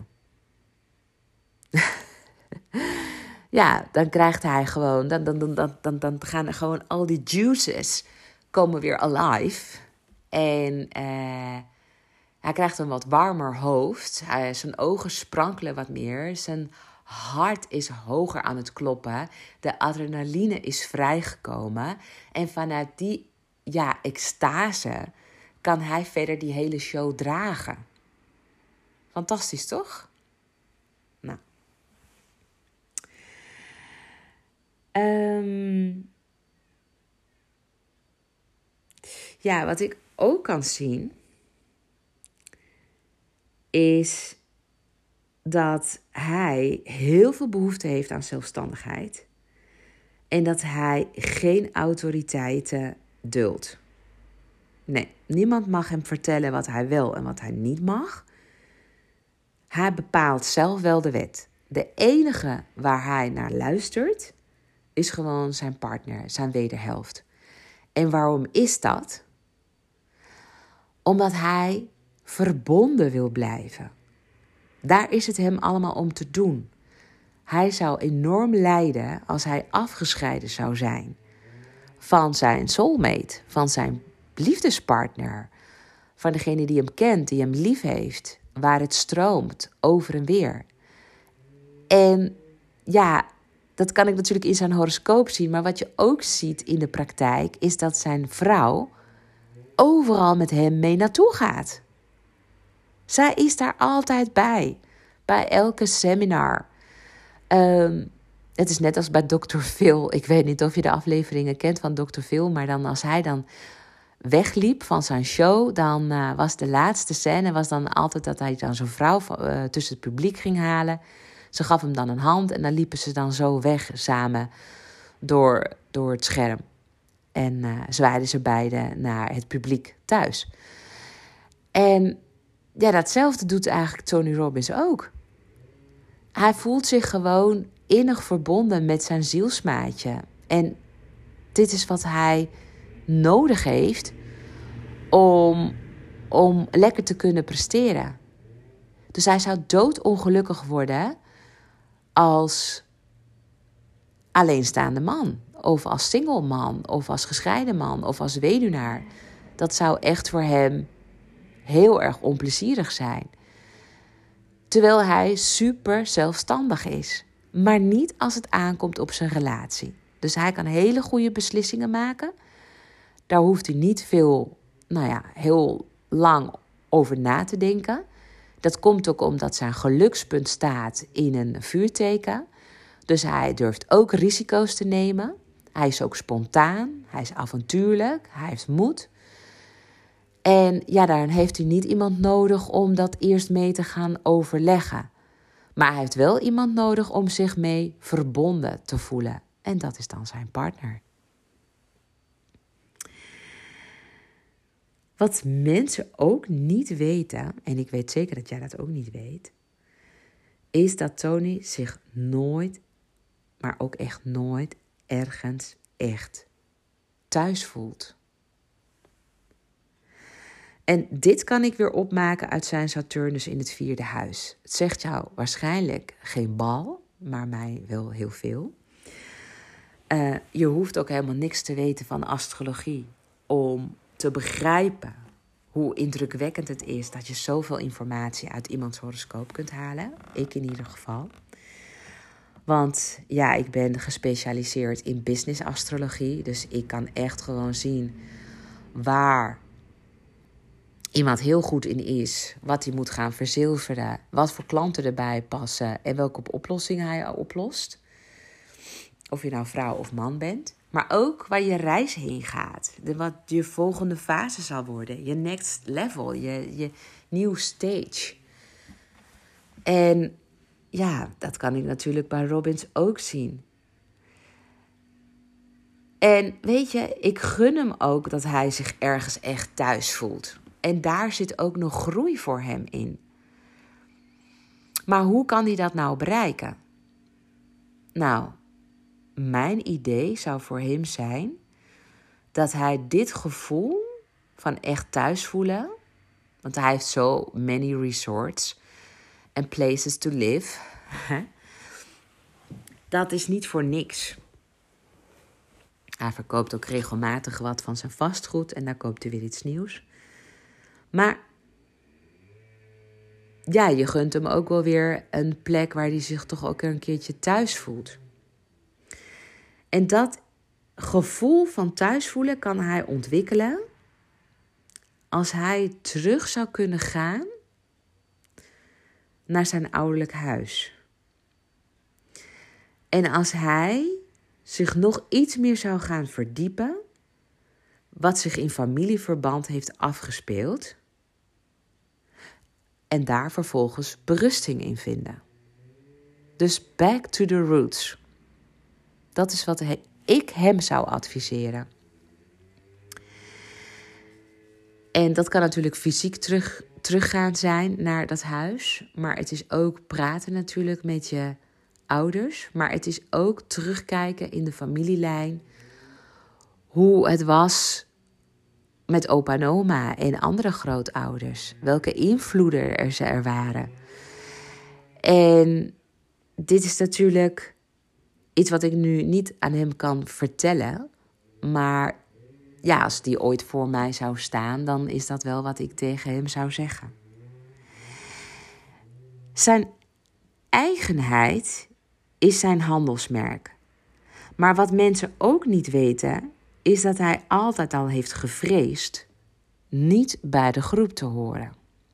Ja, dan krijgt hij gewoon, dan, dan, dan, dan, dan gaan er gewoon al die juices komen weer alive. En uh, hij krijgt een wat warmer hoofd. Hij, zijn ogen sprankelen wat meer. Zijn hart is hoger aan het kloppen. De adrenaline is vrijgekomen. En vanuit die ja, extase kan hij verder die hele show dragen. Fantastisch, toch? Nou. Um, ja, wat ik ook kan zien is dat hij heel veel behoefte heeft aan zelfstandigheid en dat hij geen autoriteiten duldt. Nee, niemand mag hem vertellen wat hij wel en wat hij niet mag. Hij bepaalt zelf wel de wet. De enige waar hij naar luistert is gewoon zijn partner, zijn wederhelft. En waarom is dat? Omdat hij verbonden wil blijven. Daar is het hem allemaal om te doen. Hij zou enorm lijden als hij afgescheiden zou zijn van zijn soulmate, van zijn liefdespartner, van degene die hem kent, die hem lief heeft, waar het stroomt over en weer. En ja, dat kan ik natuurlijk in zijn horoscoop zien, maar wat je ook ziet in de praktijk is dat zijn vrouw overal met hem mee naartoe gaat. Zij is daar altijd bij, bij elke seminar. Um, het is net als bij dokter Phil. Ik weet niet of je de afleveringen kent van dokter Phil, maar dan als hij dan wegliep van zijn show, dan uh, was de laatste scène was dan altijd dat hij dan zijn vrouw uh, tussen het publiek ging halen. Ze gaf hem dan een hand en dan liepen ze dan zo weg samen door, door het scherm. En uh, zwaaiden ze beiden naar het publiek thuis. En ja, datzelfde doet eigenlijk Tony Robbins ook. Hij voelt zich gewoon innig verbonden met zijn zielsmaatje. En dit is wat hij nodig heeft om, om lekker te kunnen presteren. Dus hij zou doodongelukkig worden als alleenstaande man. Of als single man. Of als gescheiden man. Of als weduwnaar. Dat zou echt voor hem heel erg onplezierig zijn. Terwijl hij super zelfstandig is. Maar niet als het aankomt op zijn relatie. Dus hij kan hele goede beslissingen maken. Daar hoeft hij niet veel, nou ja, heel lang over na te denken. Dat komt ook omdat zijn gelukspunt staat in een vuurteken. Dus hij durft ook risico's te nemen. Hij is ook spontaan. Hij is avontuurlijk. Hij heeft moed. En ja, daar heeft hij niet iemand nodig om dat eerst mee te gaan overleggen. Maar hij heeft wel iemand nodig om zich mee verbonden te voelen. En dat is dan zijn partner. Wat mensen ook niet weten, en ik weet zeker dat jij dat ook niet weet, is dat Tony zich nooit, maar ook echt nooit, ergens echt thuis voelt. En dit kan ik weer opmaken uit zijn Saturnus in het vierde huis. Het zegt jou waarschijnlijk geen bal, maar mij wel heel veel. Uh, je hoeft ook helemaal niks te weten van astrologie om te begrijpen hoe indrukwekkend het is dat je zoveel informatie uit iemands horoscoop kunt halen. Ik in ieder geval. Want ja, ik ben gespecialiseerd in business astrologie. Dus ik kan echt gewoon zien waar iemand heel goed in is. Wat hij moet gaan verzilveren. Wat voor klanten erbij passen. En welke oplossingen hij oplost. Of je nou vrouw of man bent. Maar ook waar je reis heen gaat. De, wat je volgende fase zal worden. Je next level. Je, je nieuw stage. En ja, dat kan ik natuurlijk bij Robbins ook zien. En weet je, ik gun hem ook dat hij zich ergens echt thuis voelt. En daar zit ook nog groei voor hem in. Maar hoe kan hij dat nou bereiken? Nou, mijn idee zou voor hem zijn dat hij dit gevoel van echt thuis voelen, want hij heeft so many resorts and places to live, dat is niet voor niks. Hij verkoopt ook regelmatig wat van zijn vastgoed en dan koopt hij weer iets nieuws. Maar ja, je gunt hem ook wel weer een plek waar hij zich toch ook een keertje thuis voelt. En dat gevoel van thuis voelen kan hij ontwikkelen als hij terug zou kunnen gaan naar zijn ouderlijk huis. En als hij zich nog iets meer zou gaan verdiepen wat zich in familieverband heeft afgespeeld en daar vervolgens berusting in vinden. Dus back to the roots. Dat is wat ik hem zou adviseren. En dat kan natuurlijk fysiek terug, teruggaan zijn naar dat huis. Maar het is ook praten natuurlijk met je ouders. Maar het is ook terugkijken in de familielijn. Hoe het was met opa en oma en andere grootouders. Welke invloeden er, ze er waren. En dit is natuurlijk iets wat ik nu niet aan hem kan vertellen. Maar ja, als die ooit voor mij zou staan, dan is dat wel wat ik tegen hem zou zeggen. Zijn eigenheid is zijn handelsmerk. Maar wat mensen ook niet weten, is dat hij altijd al heeft gevreesd niet bij de groep te horen.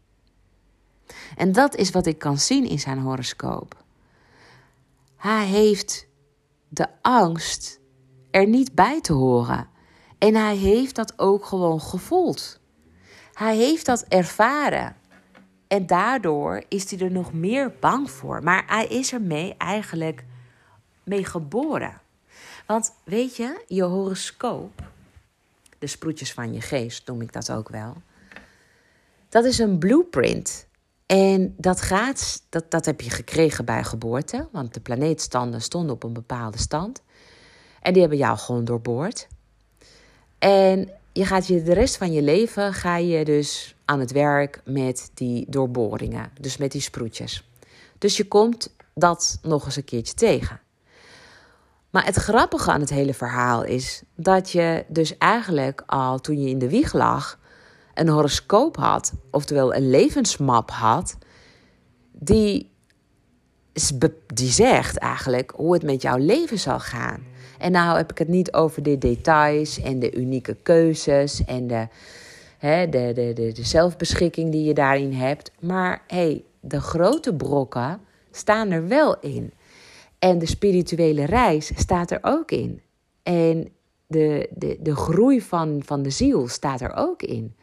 En dat is wat ik kan zien in zijn horoscoop. Hij heeft de angst er niet bij te horen. En hij heeft dat ook gewoon gevoeld. Hij heeft dat ervaren. En daardoor is hij er nog meer bang voor. Maar hij is ermee eigenlijk mee geboren. Want weet je, je horoscoop, de sproetjes van je geest noem ik dat ook wel, dat is een blueprint. En dat gaat, dat, dat heb je gekregen bij geboorte, want de planeetstanden stonden op een bepaalde stand. En die hebben jou gewoon doorboord. En je gaat je de rest van je leven ga je dus aan het werk met die doorboringen. Dus met die sproetjes. Dus je komt dat nog eens een keertje tegen. Maar het grappige aan het hele verhaal is dat je dus eigenlijk al toen je in de wieg lag een horoscoop had, oftewel een levensmap had, die, die zegt eigenlijk hoe het met jouw leven zal gaan. En nou heb ik het niet over de details en de unieke keuzes en de, hè, de, de, de, de zelfbeschikking die je daarin hebt. Maar hey, de grote brokken staan er wel in. En de spirituele reis staat er ook in. En de, de, de groei van, van de ziel staat er ook in.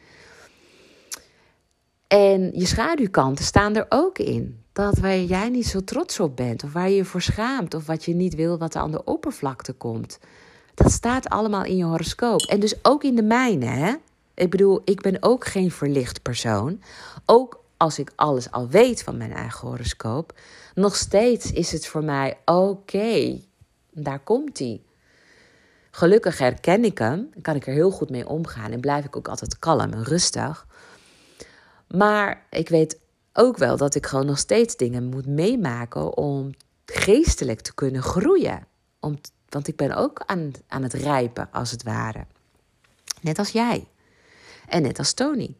En je schaduwkanten staan er ook in. Dat waar jij niet zo trots op bent, of waar je je voor schaamt, of wat je niet wil wat er aan de oppervlakte komt. Dat staat allemaal in je horoscoop. En dus ook in de mijne, hè? Ik bedoel, ik ben ook geen verlicht persoon. Ook als ik alles al weet van mijn eigen horoscoop, nog steeds is het voor mij oké. Okay, daar komt hij. Gelukkig herken ik hem, kan ik er heel goed mee omgaan en blijf ik ook altijd kalm en rustig. Maar ik weet ook wel dat ik gewoon nog steeds dingen moet meemaken om geestelijk te kunnen groeien. Om, want ik ben ook aan, aan het rijpen, als het ware. Net als jij. En net als Tony.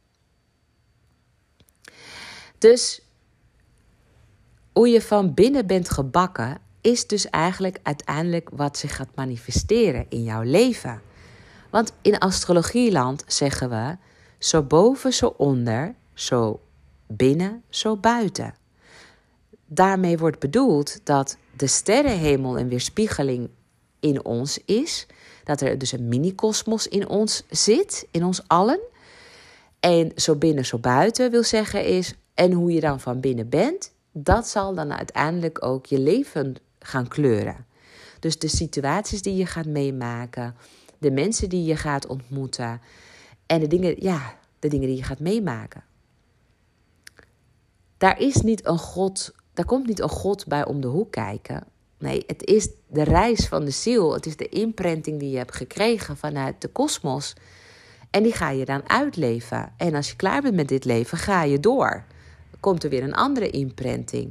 Dus hoe je van binnen bent gebakken is dus eigenlijk uiteindelijk wat zich gaat manifesteren in jouw leven. Want in astrologieland zeggen we, zo boven, zo onder, zo binnen, zo buiten. Daarmee wordt bedoeld dat de sterrenhemel een weerspiegeling in ons is. Dat er dus een mini-kosmos in ons zit, in ons allen. En zo binnen, zo buiten wil zeggen is, en hoe je dan van binnen bent, dat zal dan uiteindelijk ook je leven gaan kleuren. Dus de situaties die je gaat meemaken, de mensen die je gaat ontmoeten en de dingen, ja, de dingen die je gaat meemaken. Daar is niet een God, daar komt niet een God bij om de hoek kijken. Nee, het is de reis van de ziel. Het is de imprinting die je hebt gekregen vanuit de kosmos. En die ga je dan uitleven. En als je klaar bent met dit leven, ga je door. Dan komt er weer een andere imprinting.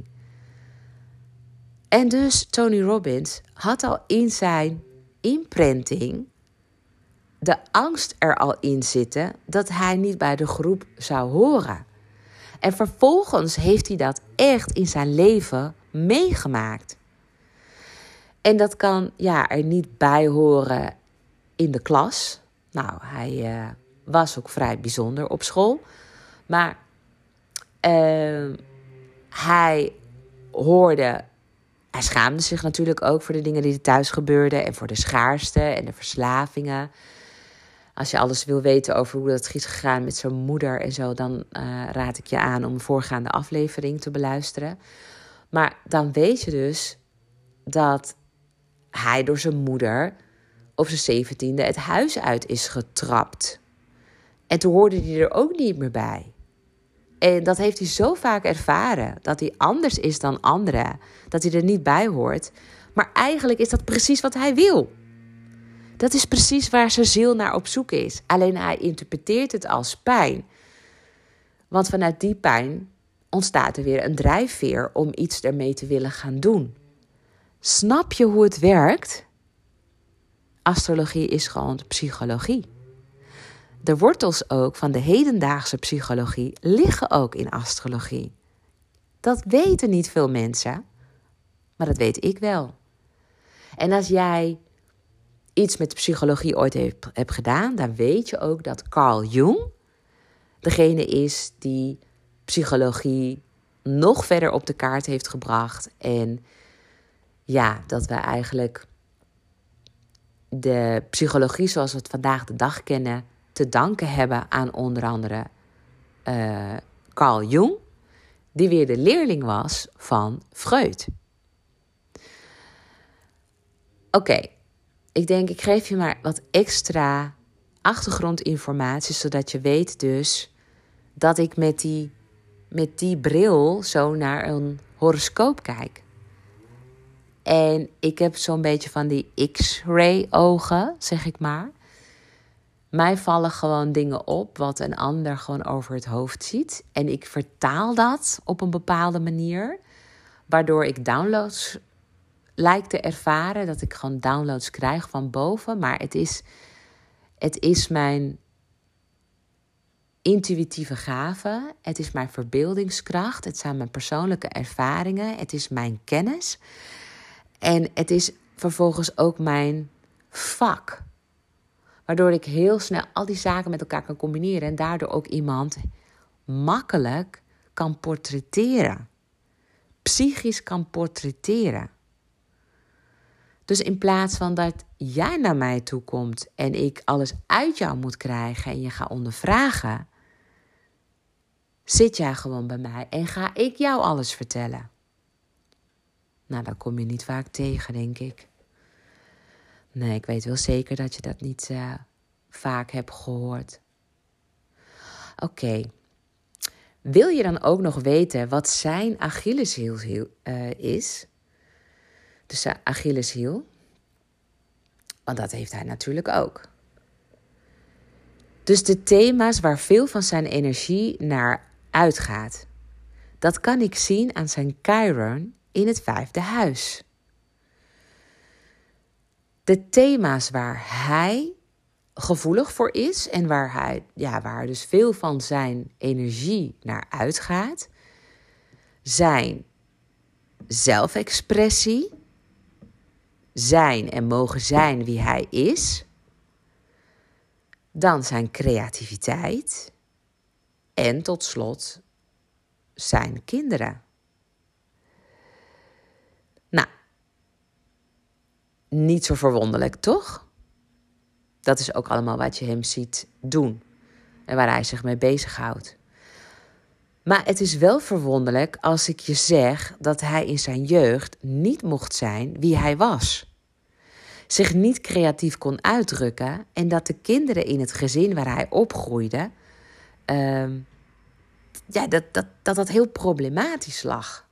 En dus Tony Robbins had al in zijn imprinting de angst er al in zitten dat hij niet bij de groep zou horen. En vervolgens heeft hij dat echt in zijn leven meegemaakt. En dat kan ja, er niet bij horen in de klas. Nou, hij uh, was ook vrij bijzonder op school. Maar uh, hij hoorde, hij schaamde zich natuurlijk ook voor de dingen die er thuis gebeurden. En voor de schaarste en de verslavingen. Als je alles wil weten over hoe dat is gegaan met zijn moeder en zo, dan uh, raad ik je aan om een voorgaande aflevering te beluisteren. Maar dan weet je dus dat hij door zijn moeder op zijn zeventiende het huis uit is getrapt. En toen hoorde hij er ook niet meer bij. En dat heeft hij zo vaak ervaren, dat hij anders is dan anderen, dat hij er niet bij hoort. Maar eigenlijk is dat precies wat hij wil. Dat is precies waar zijn ziel naar op zoek is. Alleen hij interpreteert het als pijn. Want vanuit die pijn ontstaat er weer een drijfveer om iets ermee te willen gaan doen. Snap je hoe het werkt? Astrologie is gewoon psychologie. De wortels ook van de hedendaagse psychologie liggen ook in astrologie. Dat weten niet veel mensen, maar dat weet ik wel. En als jij iets met psychologie ooit hebt, hebt gedaan, dan weet je ook dat Carl Jung degene is die psychologie nog verder op de kaart heeft gebracht. En ja, dat we eigenlijk de psychologie zoals we het vandaag de dag kennen te danken hebben aan onder andere uh, Carl Jung, die weer de leerling was van Freud. Oké. Okay. Ik denk, ik geef je maar wat extra achtergrondinformatie, zodat je weet dus dat ik met die, met die bril zo naar een horoscoop kijk. En ik heb zo'n beetje van die X-ray ogen, zeg ik maar. Mij vallen gewoon dingen op wat een ander gewoon over het hoofd ziet. En ik vertaal dat op een bepaalde manier. Waardoor ik downloads lijkt te ervaren. Dat ik gewoon downloads krijg van boven. Maar het is, het is mijn intuïtieve gave. Het is mijn verbeeldingskracht. Het zijn mijn persoonlijke ervaringen. Het is mijn kennis. En het is vervolgens ook mijn vak. Waardoor ik heel snel al die zaken met elkaar kan combineren. En daardoor ook iemand makkelijk kan portretteren. Psychisch kan portretteren. Dus in plaats van dat jij naar mij toe komt en ik alles uit jou moet krijgen en je gaat ondervragen, zit jij gewoon bij mij en ga ik jou alles vertellen. Nou, dat kom je niet vaak tegen, denk ik. Nee, ik weet wel zeker dat je dat niet uh, vaak hebt gehoord. Oké. Okay. Wil je dan ook nog weten wat zijn Achilleshiel uh, is? Dus zijn Achilleshiel. Want dat heeft hij natuurlijk ook. Dus de thema's waar veel van zijn energie naar uitgaat. Dat kan ik zien aan zijn Chiron in het vijfde huis. De thema's waar hij gevoelig voor is en waar hij, ja, waar dus veel van zijn energie naar uitgaat, zijn zelfexpressie, zijn en mogen zijn wie hij is, dan zijn creativiteit en tot slot zijn kinderen. Nou, niet zo verwonderlijk, toch? Dat is ook allemaal wat je hem ziet doen en waar hij zich mee bezighoudt. Maar het is wel verwonderlijk als ik je zeg dat hij in zijn jeugd niet mocht zijn wie hij was. Zich niet creatief kon uitdrukken en dat de kinderen in het gezin waar hij opgroeide, uh, ja, dat, dat, dat dat heel problematisch lag.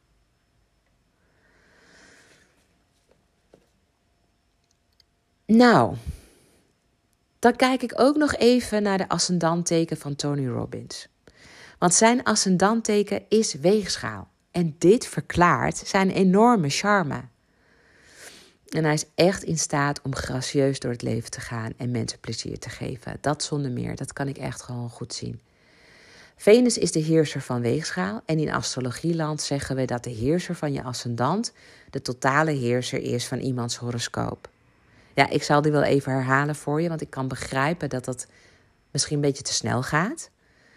Nou, dan kijk ik ook nog even naar de ascendanteken van Tony Robbins. Want zijn ascendanteken is weegschaal. En dit verklaart zijn enorme charme. En hij is echt in staat om gracieus door het leven te gaan en mensen plezier te geven. Dat zonder meer, dat kan ik echt gewoon goed zien. Venus is de heerser van weegschaal. En in astrologieland zeggen we dat de heerser van je ascendant de totale heerser is van iemands horoscoop. Ja, ik zal die wel even herhalen voor je, want ik kan begrijpen dat dat misschien een beetje te snel gaat.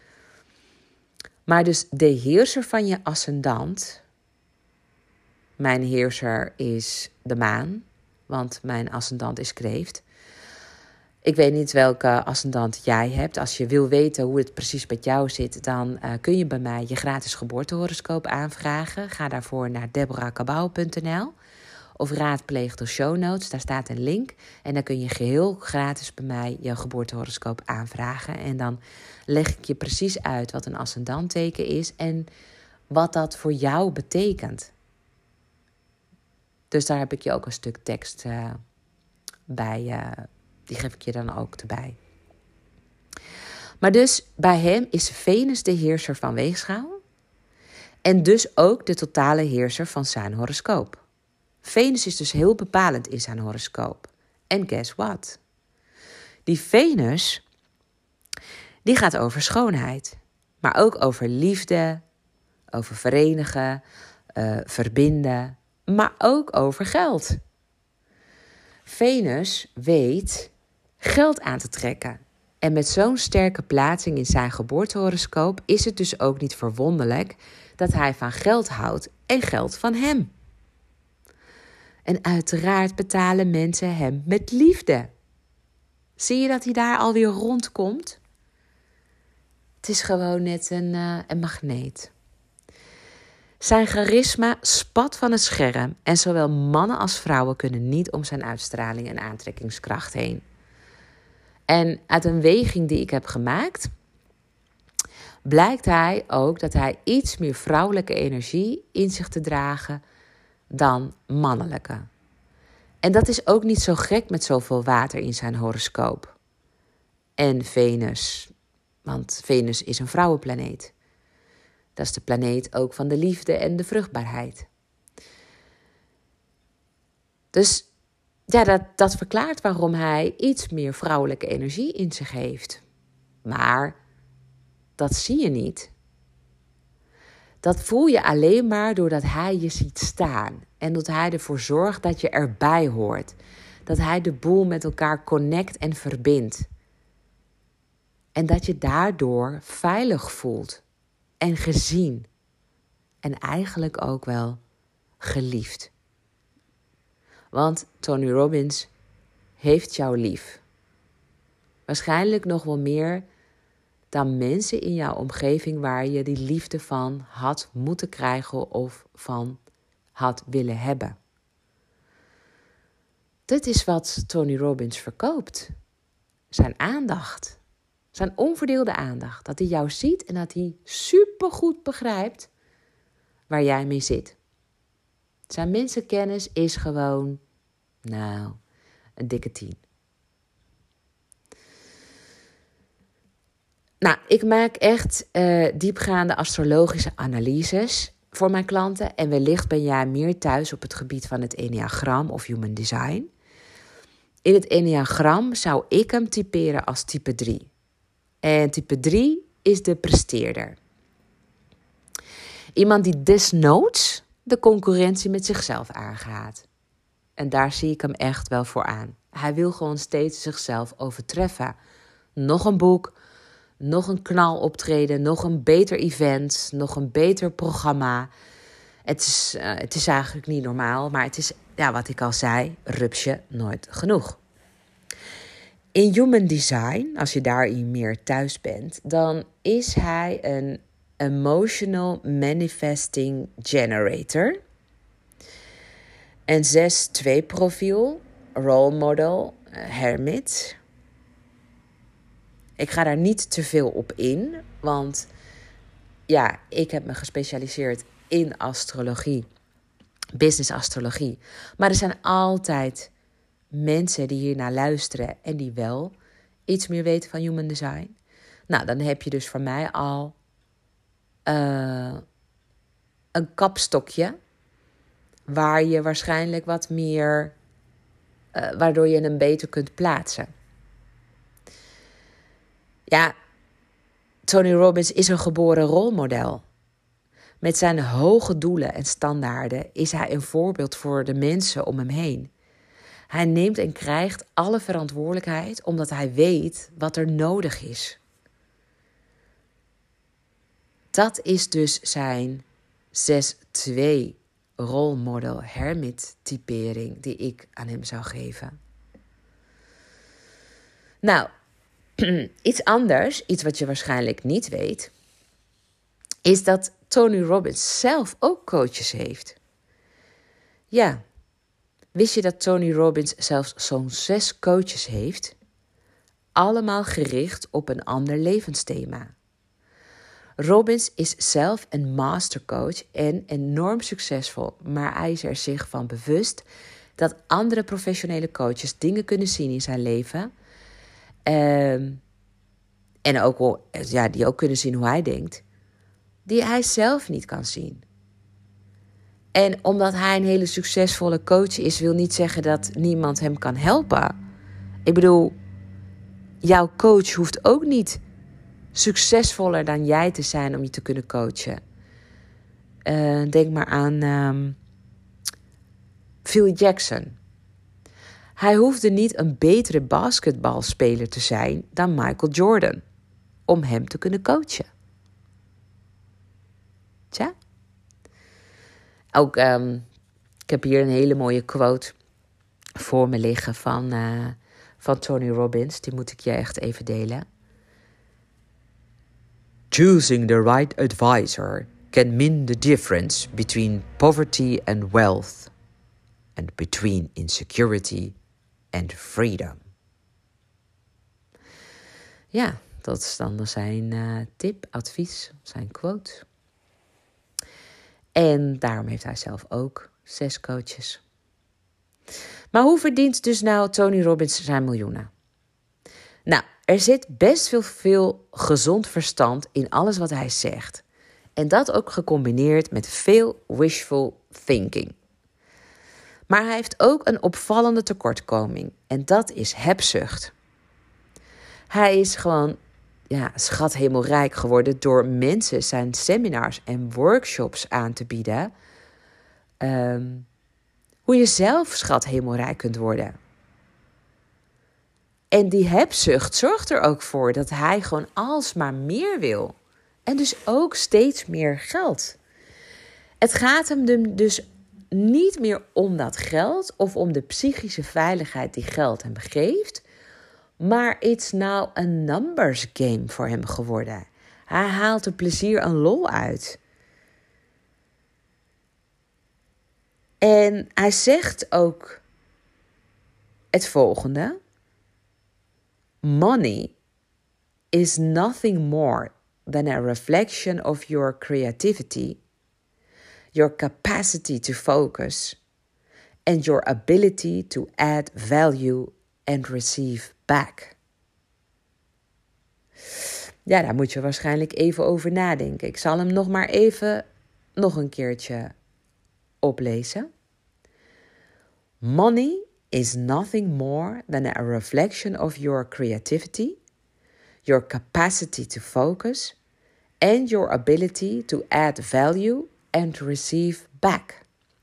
Maar dus de heerser van je ascendant, mijn heerser is de maan, want mijn ascendant is kreeft. Ik weet niet welke ascendant jij hebt. Als je wil weten hoe het precies met jou zit, dan uh, kun je bij mij je gratis geboortehoroscoop aanvragen. Ga daarvoor naar deborah cabau punt n l of raadpleeg de show notes. Daar staat een link en dan kun je geheel gratis bij mij je geboortehoroscoop aanvragen. En dan leg ik je precies uit wat een ascendantteken is en wat dat voor jou betekent. Dus daar heb ik je ook een stuk tekst uh, bij, uh, die geef ik je dan ook erbij. Maar dus bij hem is Venus de heerser van weegschaal en dus ook de totale heerser van zijn horoscoop. Venus is dus heel bepalend in zijn horoscoop. En guess what? Die Venus, die gaat over schoonheid. Maar ook over liefde, over verenigen, uh, verbinden. Maar ook over geld. Venus weet geld aan te trekken. En met zo'n sterke plaatsing in zijn geboortehoroscoop is het dus ook niet verwonderlijk dat hij van geld houdt en geld van hem. En uiteraard betalen mensen hem met liefde. Zie je dat hij daar alweer rondkomt? Het is gewoon net een, uh, een magneet. Zijn charisma spat van het scherm en zowel mannen als vrouwen kunnen niet om zijn uitstraling en aantrekkingskracht heen. En uit een weging die ik heb gemaakt, blijkt hij ook dat hij iets meer vrouwelijke energie in zich te dragen dan mannelijke. En dat is ook niet zo gek met zoveel water in zijn horoscoop. En Venus, want Venus is een vrouwenplaneet. Dat is de planeet ook van de liefde en de vruchtbaarheid. Dus ja, dat, dat verklaart waarom hij iets meer vrouwelijke energie in zich heeft. Maar dat zie je niet. Dat voel je alleen maar doordat hij je ziet staan. En dat hij ervoor zorgt dat je erbij hoort. Dat hij de boel met elkaar connect en verbindt. En dat je daardoor veilig voelt. En gezien. En eigenlijk ook wel geliefd. Want Tony Robbins heeft jou lief. Waarschijnlijk nog wel meer dan mensen in jouw omgeving waar je die liefde van had moeten krijgen of van had willen hebben. Dit is wat Tony Robbins verkoopt. Zijn aandacht. Zijn onverdeelde aandacht. Dat hij jou ziet en dat hij supergoed begrijpt waar jij mee zit. Zijn mensenkennis is gewoon, nou, een dikke tien. Nou, ik maak echt uh, diepgaande astrologische analyses voor mijn klanten. En wellicht ben jij meer thuis op het gebied van het Enneagram of Human Design. In het Enneagram zou ik hem typeren als type drie. En type drie is de presteerder. Iemand die desnoods de concurrentie met zichzelf aangaat. En daar zie ik hem echt wel voor aan. Hij wil gewoon steeds zichzelf overtreffen. Nog een boek, nog een knaloptreden, nog een beter event, nog een beter programma. Het is, uh, het is eigenlijk niet normaal, maar het is, ja, wat ik al zei, rupsje nooit genoeg. In Human Design, als je daarin meer thuis bent, dan is hij een Emotional Manifesting Generator. Een zes twee profiel, role model, hermit. Ik ga daar niet te veel op in, want ja, ik heb me gespecialiseerd in astrologie, business astrologie. Maar er zijn altijd mensen die hier naar luisteren en die wel iets meer weten van Human Design. Nou, dan heb je dus voor mij al uh, een kapstokje waar je waarschijnlijk wat meer, uh, waardoor je hem beter kunt plaatsen. Ja, Tony Robbins is een geboren rolmodel. Met zijn hoge doelen en standaarden is hij een voorbeeld voor de mensen om hem heen. Hij neemt en krijgt alle verantwoordelijkheid omdat hij weet wat er nodig is. Dat is dus zijn zes twee rolmodel hermit typering die ik aan hem zou geven. Nou, iets anders, iets wat je waarschijnlijk niet weet, is dat Tony Robbins zelf ook coaches heeft. Ja, wist je dat Tony Robbins zelfs zo'n zes coaches heeft? Allemaal gericht op een ander levensthema. Robbins is zelf een mastercoach en enorm succesvol, maar hij is er zich van bewust dat andere professionele coaches dingen kunnen zien in zijn leven. Um, en ook wel, ja, die ook kunnen zien hoe hij denkt, die hij zelf niet kan zien. En omdat hij een hele succesvolle coach is, wil niet zeggen dat niemand hem kan helpen. Ik bedoel, jouw coach hoeft ook niet succesvoller dan jij te zijn om je te kunnen coachen. Uh, denk maar aan um, Phil Jackson. Hij hoefde niet een betere basketbalspeler te zijn dan Michael Jordan om hem te kunnen coachen. Tja. Ook, um, ik heb hier een hele mooie quote voor me liggen van, uh, van Tony Robbins. Die moet ik je echt even delen. Choosing the right advisor can mean the difference between poverty and wealth and between insecurity and freedom. Ja, dat is dan zijn uh, tip, advies, zijn quote. En daarom heeft hij zelf ook zes coaches. Maar hoe verdient dus nou Tony Robbins zijn miljoenen? Nou, er zit best veel, veel gezond verstand in alles wat hij zegt. En dat ook gecombineerd met veel wishful thinking. Maar hij heeft ook een opvallende tekortkoming. En dat is hebzucht. Hij is gewoon ja, schat hemelrijk geworden door mensen zijn seminars en workshops aan te bieden. Um, hoe je zelf schat hemelrijk kunt worden. En die hebzucht zorgt er ook voor dat hij gewoon alsmaar meer wil. En dus ook steeds meer geld. Het gaat hem dus niet meer om dat geld of om de psychische veiligheid die geld hem geeft. Maar it's now a numbers game voor hem geworden. Hij haalt er plezier en lol uit. En hij zegt ook het volgende. Money is nothing more than a reflection of your creativity, your capacity to focus, and your ability to add value and receive back. Ja, daar moet je waarschijnlijk even over nadenken. Ik zal hem nog maar even nog een keertje oplezen. Money is nothing more than a reflection of your creativity, your capacity to focus, and your ability to add value and receive back.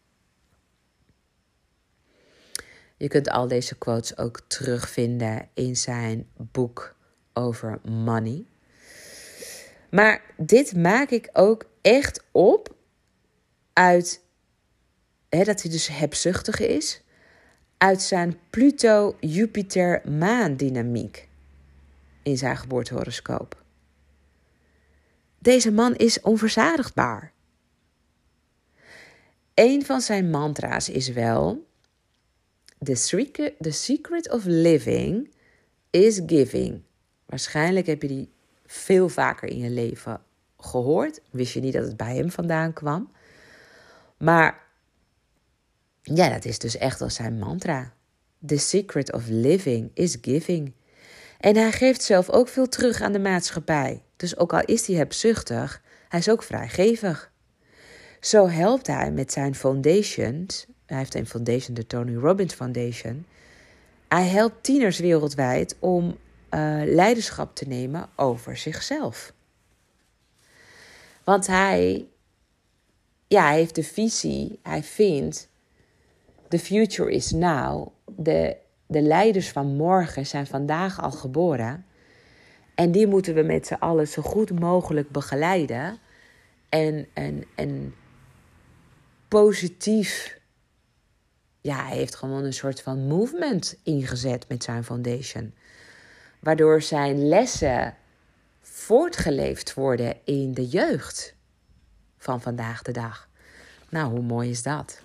Je kunt al deze quotes ook terugvinden in zijn boek over money. Maar dit maak ik ook echt op uit hè, dat hij dus hebzuchtig is, uit zijn Pluto-Jupiter-maan-dynamiek in zijn geboortehoroscoop. Deze man is onverzadigbaar. Een van zijn mantra's is wel: The secret, the secret of living is giving. Waarschijnlijk heb je die veel vaker in je leven gehoord. Wist je niet dat het bij hem vandaan kwam. Maar ja, dat is dus echt wel zijn mantra. The secret of living is giving. En hij geeft zelf ook veel terug aan de maatschappij. Dus ook al is hij hebzuchtig, hij is ook vrijgevig. Zo helpt hij met zijn foundations. Hij heeft een foundation, de Tony Robbins Foundation. Hij helpt tieners wereldwijd om uh, leiderschap te nemen over zichzelf. Want hij, ja, hij heeft de visie, hij vindt, the future is now. De, de leiders van morgen zijn vandaag al geboren. En die moeten we met z'n allen zo goed mogelijk begeleiden. En, en, en positief. Ja, hij heeft gewoon een soort van movement ingezet met zijn foundation. Waardoor zijn lessen voortgeleefd worden in de jeugd van vandaag de dag. Nou, hoe mooi is dat?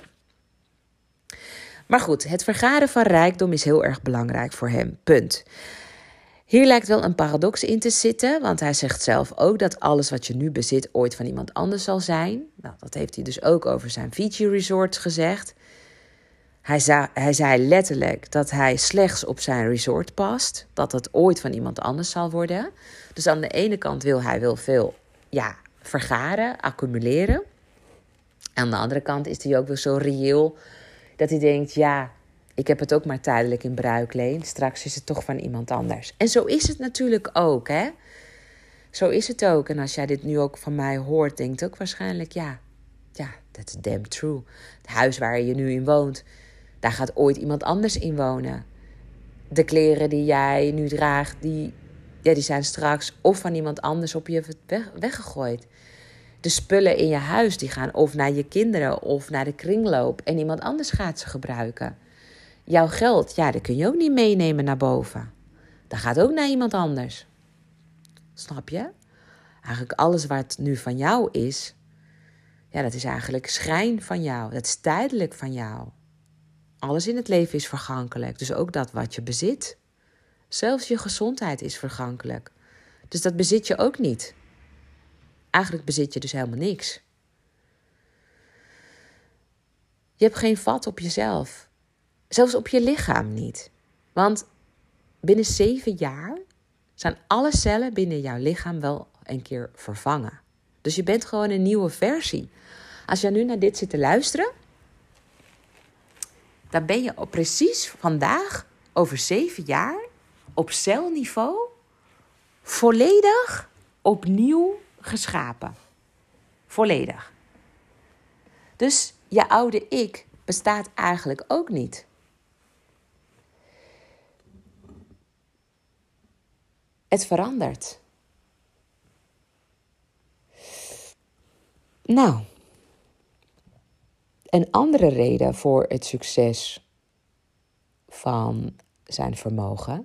Maar goed, het vergaren van rijkdom is heel erg belangrijk voor hem. Punt. Hier lijkt wel een paradox in te zitten, want hij zegt zelf ook dat alles wat je nu bezit ooit van iemand anders zal zijn. Nou, dat heeft hij dus ook over zijn Fiji resorts gezegd. Hij zei, hij zei letterlijk dat hij slechts op zijn resort past, dat het ooit van iemand anders zal worden. Dus aan de ene kant wil hij wel veel ja, vergaren, accumuleren. Aan de andere kant is hij ook wel zo reëel dat hij denkt, ja, ik heb het ook maar tijdelijk in bruikleen. Straks is het toch van iemand anders. En zo is het natuurlijk ook, hè. Zo is het ook. En als jij dit nu ook van mij hoort, denkt ook waarschijnlijk, ja, ja, that's damn true. Het huis waar je nu in woont, daar gaat ooit iemand anders in wonen. De kleren die jij nu draagt, die, ja, die zijn straks of van iemand anders op je weg, weggegooid. De spullen in je huis, die gaan of naar je kinderen of naar de kringloop. En iemand anders gaat ze gebruiken. Jouw geld, ja, dat kun je ook niet meenemen naar boven. Dat gaat ook naar iemand anders. Snap je? Eigenlijk alles wat nu van jou is, ja, dat is eigenlijk schijn van jou. Dat is tijdelijk van jou. Alles in het leven is vergankelijk. Dus ook dat wat je bezit. Zelfs je gezondheid is vergankelijk. Dus dat bezit je ook niet. Eigenlijk bezit je dus helemaal niks. Je hebt geen vat op jezelf. Zelfs op je lichaam niet. Want binnen zeven jaar zijn alle cellen binnen jouw lichaam wel een keer vervangen. Dus je bent gewoon een nieuwe versie. Als jij nu naar dit zit te luisteren, dan ben je precies vandaag over zeven jaar op celniveau volledig opnieuw geschapen. Volledig. Dus je oude ik bestaat eigenlijk ook niet. Het verandert. Nou, een andere reden voor het succes van zijn vermogen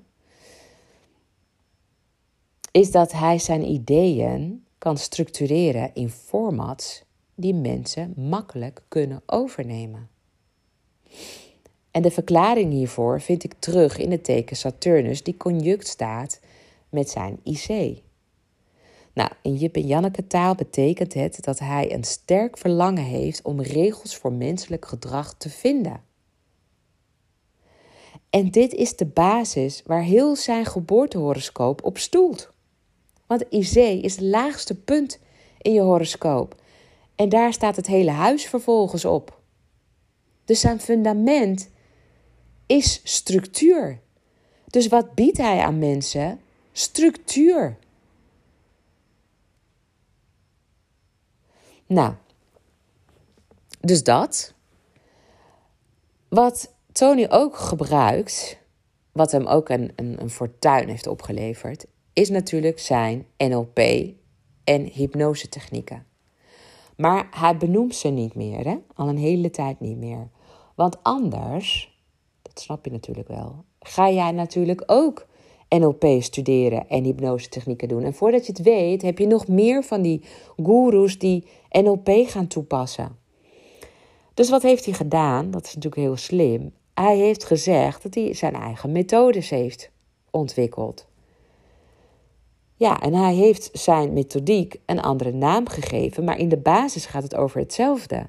is dat hij zijn ideeën kan structureren in formats die mensen makkelijk kunnen overnemen. En de verklaring hiervoor vind ik terug in het teken Saturnus, die conjunct staat met zijn I C. Nou, in Jip en Janneke taal betekent het dat hij een sterk verlangen heeft om regels voor menselijk gedrag te vinden. En dit is de basis waar heel zijn geboortehoroscoop op stoelt. Want I C is het laagste punt in je horoscoop. En daar staat het hele huis vervolgens op. Dus zijn fundament is structuur. Dus wat biedt hij aan mensen? Structuur. Nou, dus dat. Wat Tony ook gebruikt, wat hem ook een, een, een fortuin heeft opgeleverd, is natuurlijk zijn N L P en hypnosetechnieken. Maar hij benoemt ze niet meer, hè? Al een hele tijd niet meer. Want anders, dat snap je natuurlijk wel, ga jij natuurlijk ook N L P studeren en hypnosetechnieken doen. En voordat je het weet, heb je nog meer van die goeroes die N L P gaan toepassen. Dus wat heeft hij gedaan? Dat is natuurlijk heel slim. Hij heeft gezegd dat hij zijn eigen methodes heeft ontwikkeld. Ja, en hij heeft zijn methodiek een andere naam gegeven, maar in de basis gaat het over hetzelfde.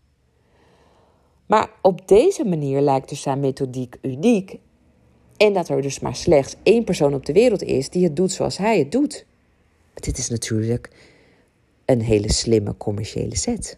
Maar op deze manier lijkt dus zijn methodiek uniek en dat er dus maar slechts één persoon op de wereld is die het doet zoals hij het doet. Maar dit is natuurlijk een hele slimme commerciële set.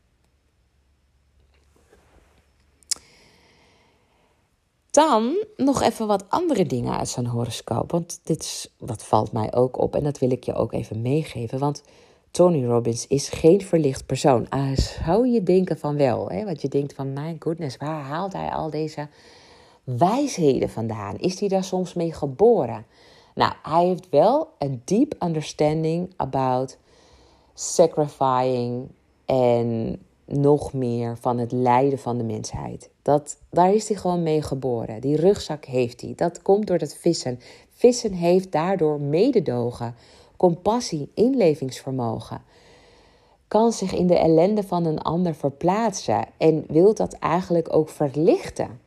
Dan nog even wat andere dingen uit zijn horoscoop. Want dit is, wat valt mij ook op. En dat wil ik je ook even meegeven. Want Tony Robbins is geen verlicht persoon. Ah, zou je denken van wel. Hè? Want je denkt van, my goodness, waar haalt hij al deze wijsheden vandaan? Is hij daar soms mee geboren? Nou, hij heeft wel een deep understanding about sacrificing en nog meer van het lijden van de mensheid. Dat, daar is hij gewoon mee geboren. Die rugzak heeft hij. Dat komt door dat vissen. Vissen heeft daardoor mededogen, compassie, inlevingsvermogen. Kan zich in de ellende van een ander verplaatsen en wil dat eigenlijk ook verlichten.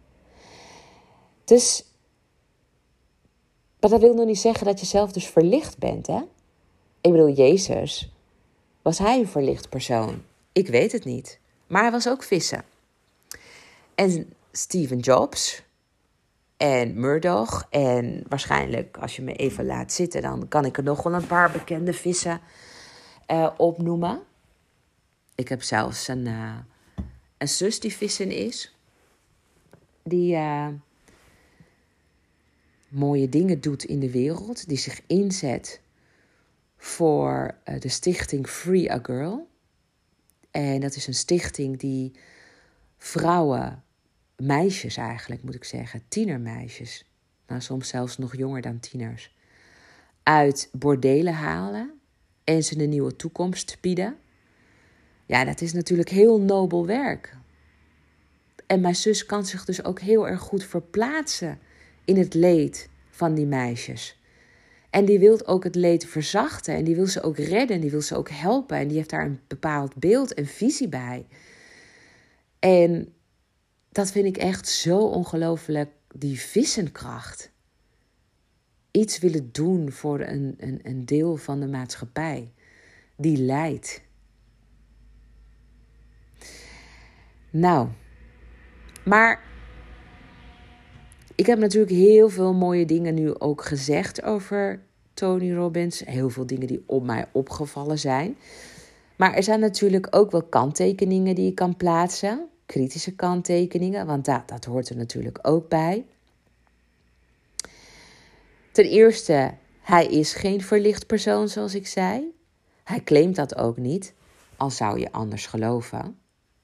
Dus, maar dat wil nog niet zeggen dat je zelf dus verlicht bent, hè? Ik bedoel, Jezus, was hij een verlicht persoon? Ik weet het niet. Maar hij was ook vissen. En Steve Jobs en Murdoch. En waarschijnlijk, als je me even laat zitten, dan kan ik er nog wel een paar bekende vissen uh, opnoemen. Ik heb zelfs een, uh, een zus die vissen is. Die uh, mooie dingen doet in de wereld. Die zich inzet voor uh, de stichting Free a Girl. En dat is een stichting die vrouwen, meisjes eigenlijk moet ik zeggen, tienermeisjes, nou soms zelfs nog jonger dan tieners, uit bordelen halen en ze een nieuwe toekomst bieden. Ja, dat is natuurlijk heel nobel werk. En mijn zus kan zich dus ook heel erg goed verplaatsen in het leed van die meisjes. En die wil ook het leed verzachten. En die wil ze ook redden. En die wil ze ook helpen. En die heeft daar een bepaald beeld en visie bij. En dat vind ik echt zo ongelooflijk, die vissenkracht. iets willen doen voor een, een, een deel van de maatschappij die lijdt. Nou, maar ik heb natuurlijk heel veel mooie dingen nu ook gezegd over Tony Robbins. Heel veel dingen die op mij opgevallen zijn. Maar er zijn natuurlijk ook wel kanttekeningen die je kan plaatsen. Kritische kanttekeningen, want dat, dat hoort er natuurlijk ook bij. Ten eerste, hij is geen verlicht persoon zoals ik zei. Hij claimt dat ook niet, al zou je anders geloven.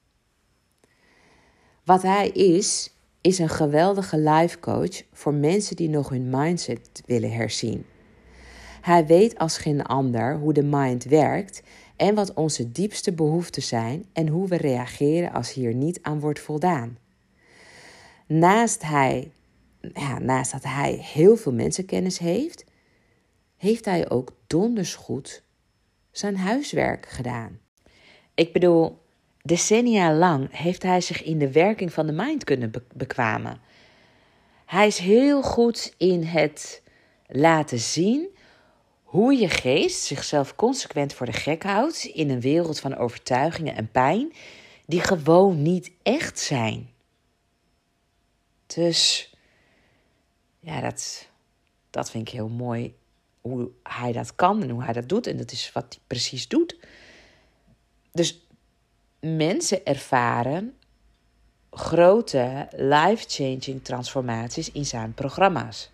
Wat hij is, is een geweldige life coach voor mensen die nog hun mindset willen herzien. Hij weet als geen ander hoe de mind werkt en wat onze diepste behoeften zijn en hoe we reageren als hier niet aan wordt voldaan. Naast, hij, ja, naast dat hij heel veel mensenkennis heeft, heeft hij ook donders goed zijn huiswerk gedaan. Ik bedoel, decennia lang heeft hij zich in de werking van de mind kunnen be- bekwamen. Hij is heel goed in het laten zien hoe je geest zichzelf consequent voor de gek houdt in een wereld van overtuigingen en pijn die gewoon niet echt zijn. Dus ja, dat, dat vind ik heel mooi hoe hij dat kan en hoe hij dat doet. En dat is wat hij precies doet. Dus mensen ervaren grote life-changing transformaties in zijn programma's.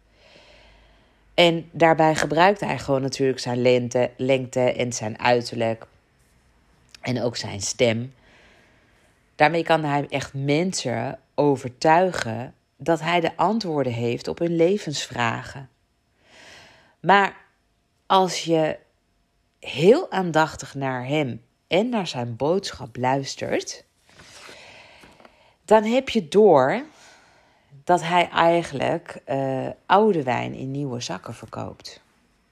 En daarbij gebruikt hij gewoon natuurlijk zijn lengte, lengte en zijn uiterlijk. En ook zijn stem. Daarmee kan hij echt mensen overtuigen dat hij de antwoorden heeft op hun levensvragen. Maar als je heel aandachtig naar hem en naar zijn boodschap luistert, dan heb je door dat hij eigenlijk uh, oude wijn in nieuwe zakken verkoopt.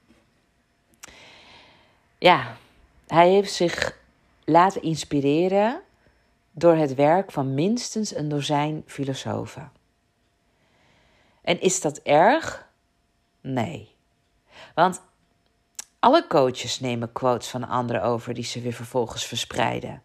Ja, hij heeft zich laten inspireren door het werk van minstens een dozijn filosofen. En is dat erg? Nee. Want alle coaches nemen quotes van anderen over die ze weer vervolgens verspreiden.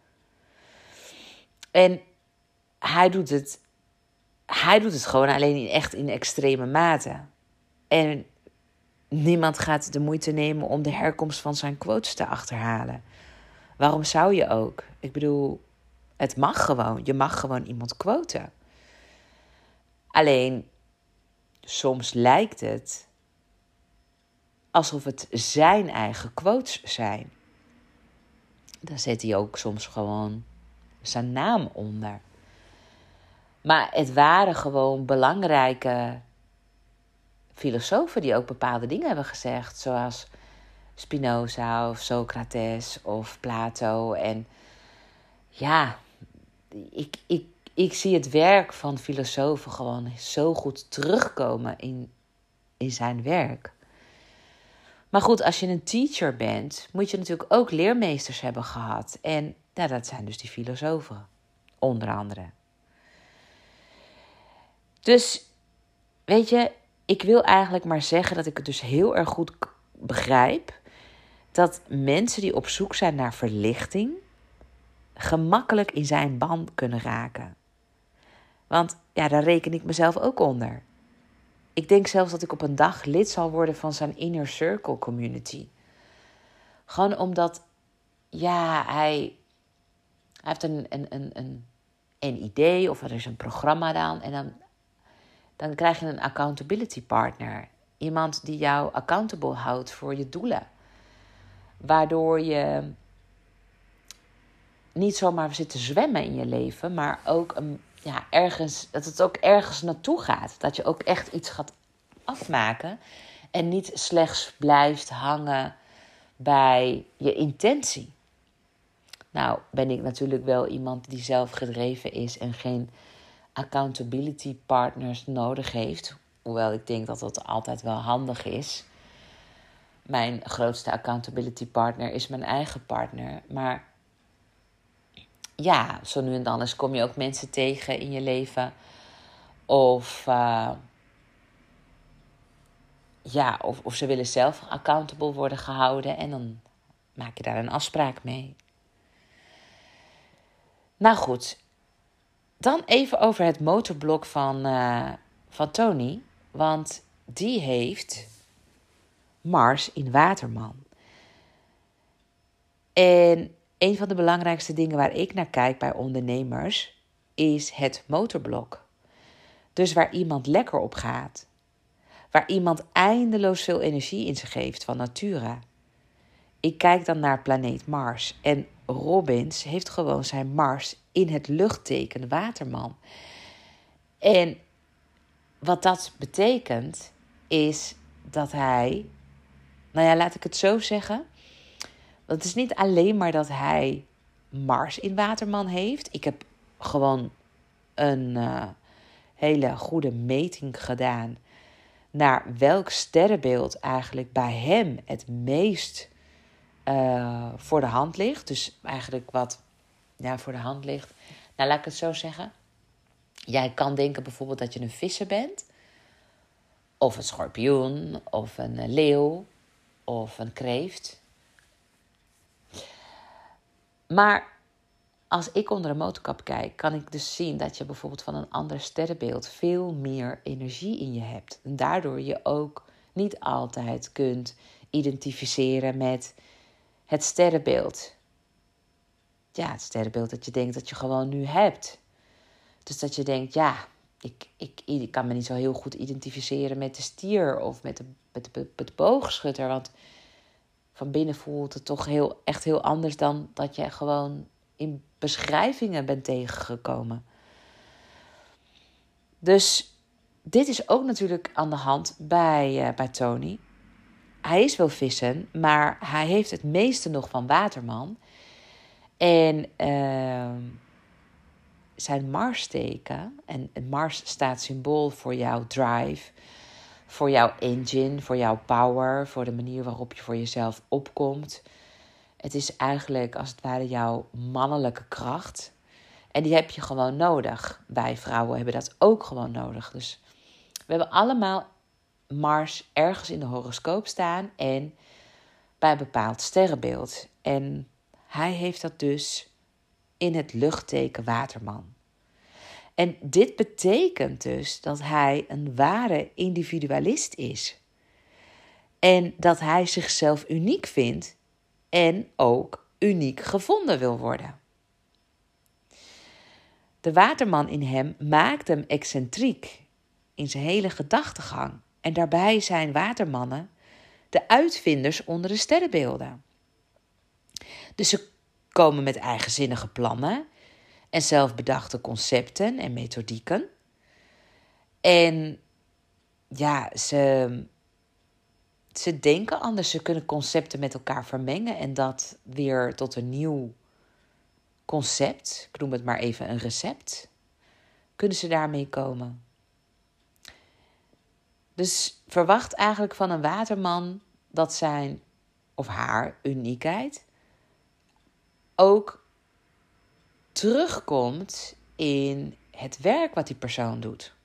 En hij doet het, hij doet het gewoon alleen in echt in extreme mate. En niemand gaat de moeite nemen om de herkomst van zijn quotes te achterhalen. Waarom zou je ook? Ik bedoel, het mag gewoon. Je mag gewoon iemand quoten. Alleen, soms lijkt het alsof het zijn eigen quotes zijn. Dan zet hij ook soms gewoon zijn naam onder. Maar het waren gewoon belangrijke filosofen die ook bepaalde dingen hebben gezegd. Zoals Spinoza of Socrates of Plato. En ja, ik, ik, ik zie het werk van filosofen gewoon zo goed terugkomen in, in zijn werk. Maar goed, als je een teacher bent, moet je natuurlijk ook leermeesters hebben gehad. En ja, dat zijn dus die filosofen, onder andere. Dus, weet je, ik wil eigenlijk maar zeggen dat ik het dus heel erg goed begrijp dat mensen die op zoek zijn naar verlichting gemakkelijk in zijn ban kunnen raken. Want ja, daar reken ik mezelf ook onder. Ik denk zelfs dat ik op een dag lid zal worden van zijn Inner Circle community. Gewoon omdat, ja, hij, hij heeft een, een, een, een, een idee of er is een programma dan. En dan, dan krijg je een accountability partner. Iemand die jou accountable houdt voor je doelen. Waardoor je niet zomaar zit te zwemmen in je leven, maar ook een, ja, ergens, dat het ook ergens naartoe gaat. Dat je ook echt iets gaat afmaken en niet slechts blijft hangen bij je intentie. Nou ben ik natuurlijk wel iemand die zelf gedreven is en geen accountability partners nodig heeft. Hoewel ik denk dat dat altijd wel handig is. Mijn grootste accountability partner is mijn eigen partner. Maar ja, zo nu en dan eens kom je ook mensen tegen in je leven. Of uh, ja, of, of ze willen zelf accountable worden gehouden. En dan maak je daar een afspraak mee. Nou goed, dan even over het motorblok van, uh, van Tony. Want die heeft Mars in Waterman. En een van de belangrijkste dingen waar ik naar kijk bij ondernemers is het motorblok. Dus waar iemand lekker op gaat. Waar iemand eindeloos veel energie in zich heeft van nature. Ik kijk dan naar planeet Mars. En Robbins heeft gewoon zijn Mars in het luchtteken Waterman. En wat dat betekent is dat hij... Nou ja, laat ik het zo zeggen. Want het is niet alleen maar dat hij Mars in Waterman heeft. Ik heb gewoon een uh, hele goede meting gedaan naar welk sterrenbeeld eigenlijk bij hem het meest uh, voor de hand ligt. Dus eigenlijk wat ja, voor de hand ligt. Nou, laat ik het zo zeggen. Jij kan denken bijvoorbeeld dat je een visser bent. Of een schorpioen. Of een leeuw. Of een kreeft. Maar als ik onder een motorkap kijk, kan ik dus zien dat je bijvoorbeeld van een ander sterrenbeeld veel meer energie in je hebt. En daardoor je ook niet altijd kunt identificeren met het sterrenbeeld. Ja, het sterrenbeeld dat je denkt dat je gewoon nu hebt. Dus dat je denkt, ja, ik, ik, ik kan me niet zo heel goed identificeren met de stier of met de, met de, met de boogschutter. Want van binnen voelt het toch heel, echt heel anders dan dat je gewoon in beschrijvingen bent tegengekomen. Dus dit is ook natuurlijk aan de hand bij, uh, bij Tony. Hij is wel vissen, maar hij heeft het meeste nog van Waterman. En uh, zijn Mars-teken, en Mars staat symbool voor jouw drive, voor jouw engine, voor jouw power, voor de manier waarop je voor jezelf opkomt. Het is eigenlijk als het ware jouw mannelijke kracht. En die heb je gewoon nodig. Wij vrouwen hebben dat ook gewoon nodig. Dus we hebben allemaal Mars ergens in de horoscoop staan en bij een bepaald sterrenbeeld. En hij heeft dat dus in het luchtteken Waterman. En dit betekent dus dat hij een ware individualist is. En dat hij zichzelf uniek vindt en ook uniek gevonden wil worden. De Waterman in hem maakt hem excentriek in zijn hele gedachtegang. En daarbij zijn Watermannen de uitvinders onder de sterrenbeelden. Dus ze komen met eigenzinnige plannen en zelfbedachte concepten en methodieken. En ja, ze, ze denken anders. Ze kunnen concepten met elkaar vermengen en dat weer tot een nieuw concept, ik noem het maar even een recept, kunnen ze daarmee komen. Dus verwacht eigenlijk van een Waterman dat zijn of haar uniekheid ook terugkomt in het werk wat die persoon doet.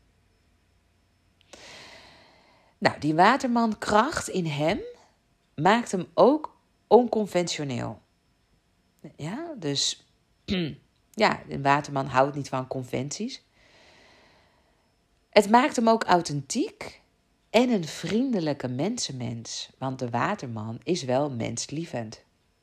Nou, die Waterman-kracht in hem maakt hem ook onconventioneel. Ja, dus ja, een Waterman houdt niet van conventies. Het maakt hem ook authentiek en een vriendelijke mensenmens. Want de Waterman is wel menslievend.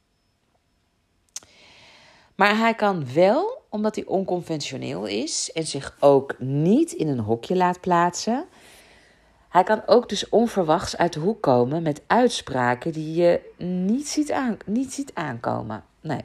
Maar hij kan wel, omdat hij onconventioneel is en zich ook niet in een hokje laat plaatsen, hij kan ook dus onverwachts uit de hoek komen met uitspraken die je niet ziet, aan, niet ziet aankomen. Nee.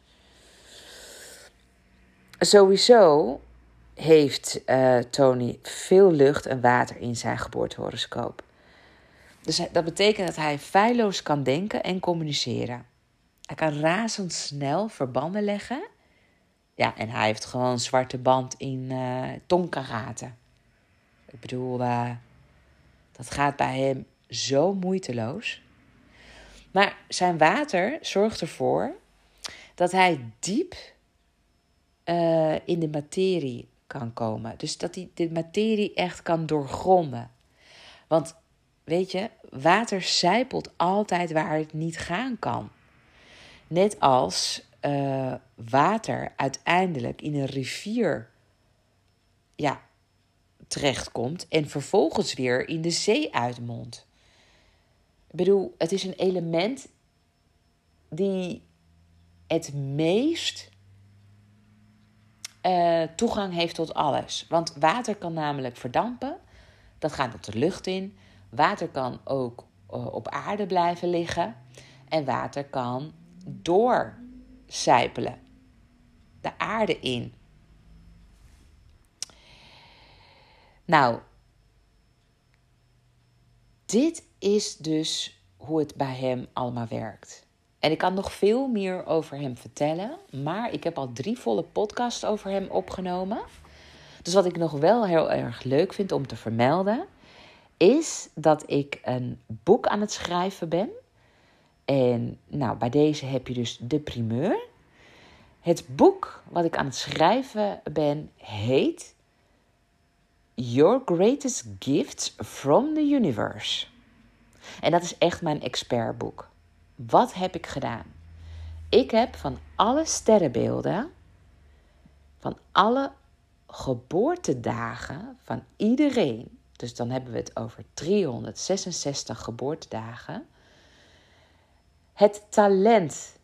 Sowieso heeft uh, Tony veel lucht en water in zijn geboortehoroscoop. Dus dat betekent dat hij feilloos kan denken en communiceren. Hij kan razendsnel verbanden leggen. Ja, en hij heeft gewoon een zwarte band in uh, tongkarate. Ik bedoel, uh, dat gaat bij hem zo moeiteloos. Maar zijn water zorgt ervoor dat hij diep uh, in de materie kan komen. Dus dat hij de materie echt kan doorgronden. Want weet je, water sijpelt altijd waar het niet gaan kan. Net als uh, water uiteindelijk in een rivier ja, terechtkomt en vervolgens weer in de zee uitmondt. Ik bedoel, het is een element die het meest uh, toegang heeft tot alles. Want water kan namelijk verdampen. Dat gaat tot de lucht in. Water kan ook uh, op aarde blijven liggen. En water kan doorcijpelen. De aarde in. Nou, dit is dus hoe het bij hem allemaal werkt. En ik kan nog veel meer over hem vertellen. Maar ik heb al drie volle podcasts over hem opgenomen. Dus wat ik nog wel heel erg leuk vind om te vermelden, is dat ik een boek aan het schrijven ben. En nou, bij deze heb je dus de primeur. Het boek wat ik aan het schrijven ben heet Your Greatest Gifts from the Universe. En dat is echt mijn expertboek. Wat heb ik gedaan? Ik heb van alle sterrenbeelden, van alle geboortedagen van iedereen, dus dan hebben we het over driehonderdzesenzestig geboortedagen, het talent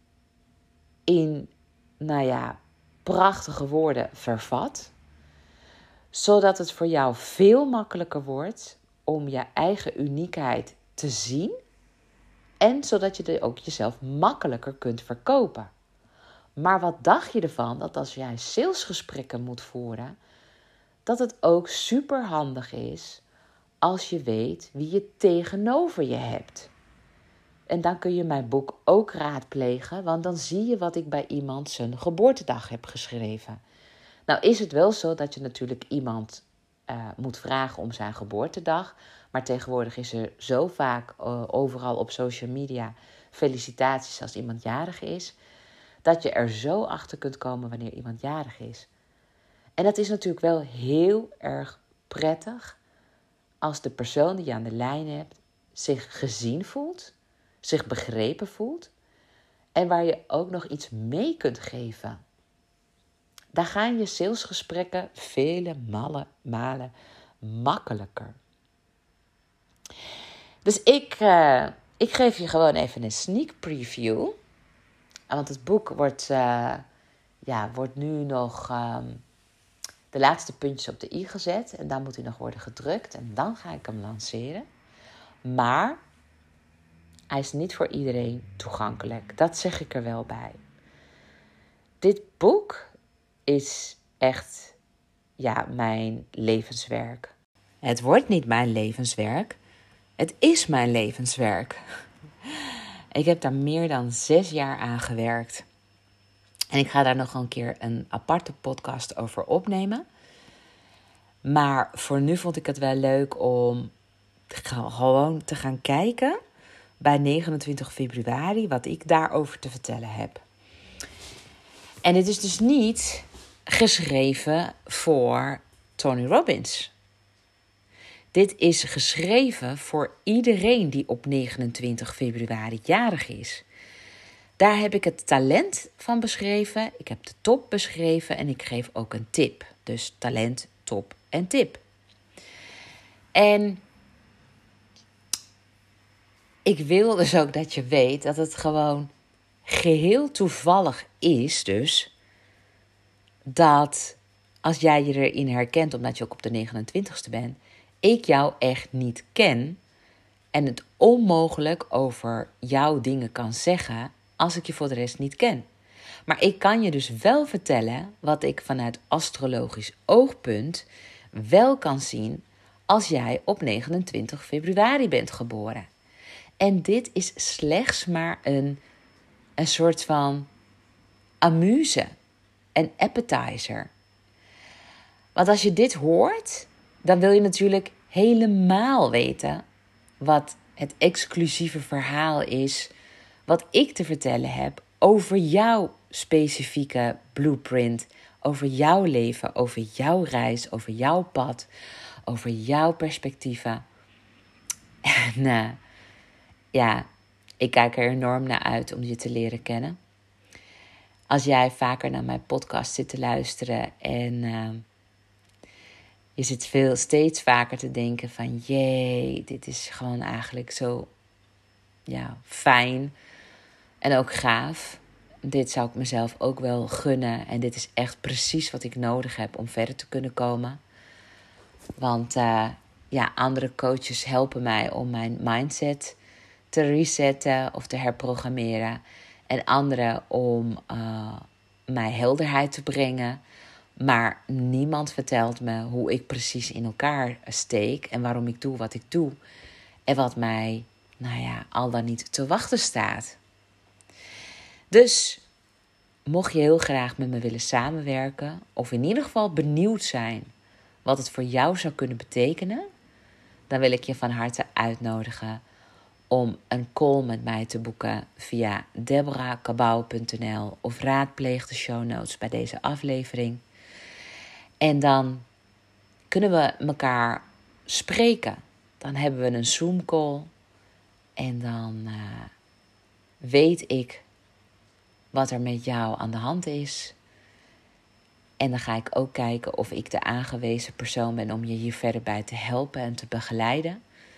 in, nou ja, prachtige woorden vervat, zodat het voor jou veel makkelijker wordt om je eigen uniekheid te zien en zodat je er ook jezelf makkelijker kunt verkopen. Maar wat dacht je ervan dat als jij salesgesprekken moet voeren, dat het ook super handig is als je weet wie je tegenover je hebt. En dan kun je mijn boek ook raadplegen, want dan zie je wat ik bij iemand zijn geboortedag heb geschreven. Nou is het wel zo dat je natuurlijk iemand uh, moet vragen om zijn geboortedag, maar tegenwoordig is er zo vaak uh, overal op social media felicitaties als iemand jarig is, dat je er zo achter kunt komen wanneer iemand jarig is. En dat is natuurlijk wel heel erg prettig als de persoon die je aan de lijn hebt zich gezien voelt, zich begrepen voelt en waar je ook nog iets mee kunt geven. Daar gaan je salesgesprekken vele malen, malen makkelijker. Dus ik, uh, ik geef je gewoon even een sneak preview. Want het boek wordt, uh, ja, wordt nu nog um, de laatste puntjes op de i gezet. En dan moet hij nog worden gedrukt. En dan ga ik hem lanceren. Maar hij is niet voor iedereen toegankelijk. Dat zeg ik er wel bij. Dit boek is echt, ja, mijn levenswerk. Het wordt niet mijn levenswerk. Het is mijn levenswerk. Ik heb daar meer dan zes jaar aan gewerkt. En ik ga daar nog een keer een aparte podcast over opnemen. Maar voor nu vond ik het wel leuk om gewoon te gaan kijken bij negenentwintig februari wat ik daarover te vertellen heb. En het is dus niet geschreven voor Tony Robbins. Dit is geschreven voor iedereen die op negenentwintig februari jarig is. Daar heb ik het talent van beschreven. Ik heb de top beschreven en ik geef ook een tip. Dus talent, top en tip. En ik wil dus ook dat je weet dat het gewoon geheel toevallig is dus dat als jij je erin herkent, omdat je ook op de negenentwintigste bent, ik jou echt niet ken en het onmogelijk over jouw dingen kan zeggen als ik je voor de rest niet ken. Maar ik kan je dus wel vertellen wat ik vanuit astrologisch oogpunt wel kan zien als jij op negenentwintig februari bent geboren. En dit is slechts maar een, een soort van amuse, een appetizer. Want als je dit hoort, dan wil je natuurlijk helemaal weten wat het exclusieve verhaal is wat ik te vertellen heb over jouw specifieke blueprint, over jouw leven, over jouw reis, over jouw pad, over jouw perspectieven. En uh, ja, ik kijk er enorm naar uit om je te leren kennen. Als jij vaker naar mijn podcast zit te luisteren en uh, je zit veel, steeds vaker te denken van jee, dit is gewoon eigenlijk zo ja, fijn en ook gaaf. Dit zou ik mezelf ook wel gunnen en dit is echt precies wat ik nodig heb om verder te kunnen komen. Want uh, ja, andere coaches helpen mij om mijn mindset te resetten of te herprogrammeren. En anderen om uh, mij helderheid te brengen. Maar niemand vertelt me hoe ik precies in elkaar steek. En waarom ik doe wat ik doe. En wat mij, nou ja, al dan niet te wachten staat. Dus mocht je heel graag met me willen samenwerken. Of in ieder geval benieuwd zijn wat het voor jou zou kunnen betekenen. Dan wil ik je van harte uitnodigen om een call met mij te boeken via deborah cabau punt n l of raadpleeg de show notes bij deze aflevering. En dan kunnen we elkaar spreken. Dan hebben we een Zoom call en dan uh, weet ik wat er met jou aan de hand is. En dan ga ik ook kijken of ik de aangewezen persoon ben om je hier verder bij te helpen en te begeleiden.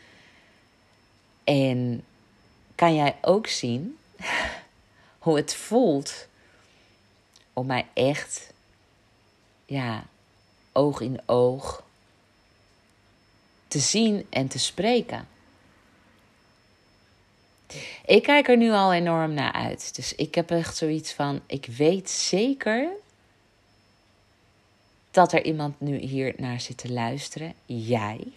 En kan jij ook zien hoe het voelt om mij echt, ja, oog in oog te zien en te spreken. Ik kijk er nu al enorm naar uit. Dus ik heb echt zoiets van, ik weet zeker dat er iemand nu hier naar zit te luisteren. Jij.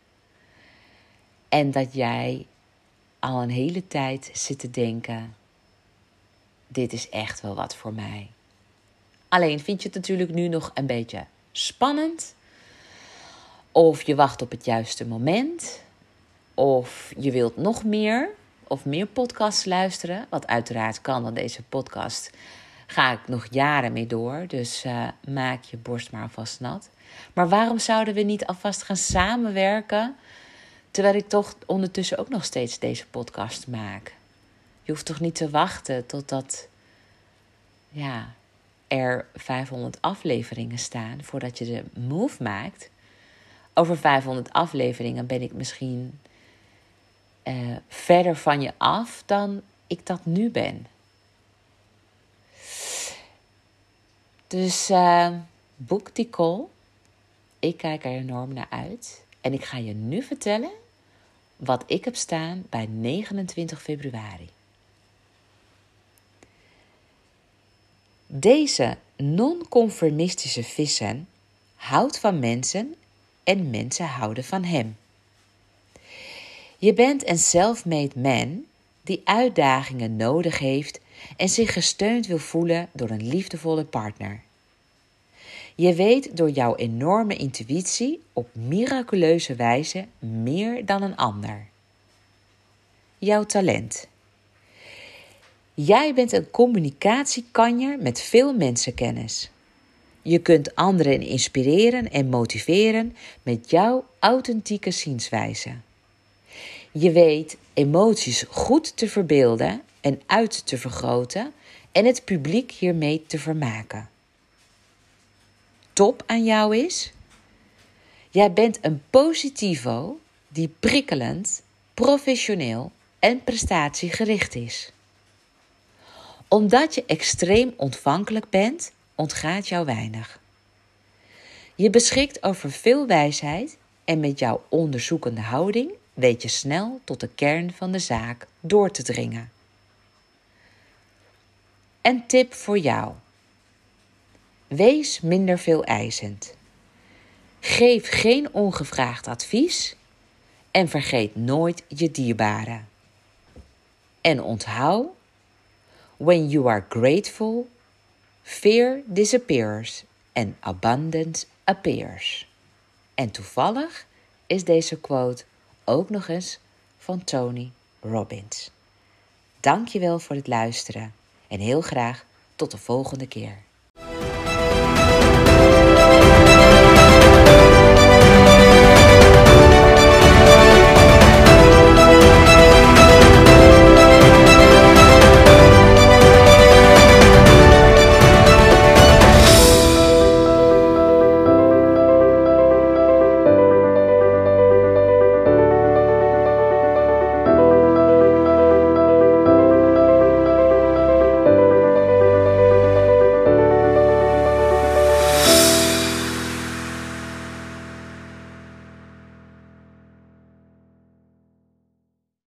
En dat jij al een hele tijd zit te denken, dit is echt wel wat voor mij. Alleen vind je het natuurlijk nu nog een beetje spannend. Of je wacht op het juiste moment. Of je wilt nog meer. Of meer podcasts luisteren. Wat uiteraard kan, want deze podcast ga ik nog jaren mee door. Dus uh, maak je borst maar alvast nat. Maar waarom zouden we niet alvast gaan samenwerken, terwijl ik toch ondertussen ook nog steeds deze podcast maak? Je hoeft toch niet te wachten totdat ja, er vijfhonderd afleveringen staan voordat je de move maakt. Over vijfhonderd afleveringen ben ik misschien uh, verder van je af dan ik dat nu ben. Dus uh, boek die call. Ik kijk er enorm naar uit. En ik ga je nu vertellen wat ik heb staan bij negenentwintig februari. Deze non-conformistische vissen houdt van mensen en mensen houden van hem. Je bent een self-made man die uitdagingen nodig heeft en zich gesteund wil voelen door een liefdevolle partner. Je weet door jouw enorme intuïtie op miraculeuze wijze meer dan een ander. Jouw talent. Jij bent een communicatiekanjer met veel mensenkennis. Je kunt anderen inspireren en motiveren met jouw authentieke zienswijze. Je weet emoties goed te verbeelden en uit te vergroten en het publiek hiermee te vermaken. Top aan jou is, jij bent een positivo die prikkelend, professioneel en prestatiegericht is. Omdat je extreem ontvankelijk bent, ontgaat jou weinig. Je beschikt over veel wijsheid en met jouw onderzoekende houding weet je snel tot de kern van de zaak door te dringen. Een tip voor jou. Wees minder veeleisend. Geef geen ongevraagd advies en vergeet nooit je dierbaren. En onthoud, when you are grateful, fear disappears and abundance appears. En toevallig is deze quote ook nog eens van Tony Robbins. Dank je wel voor het luisteren en heel graag tot de volgende keer.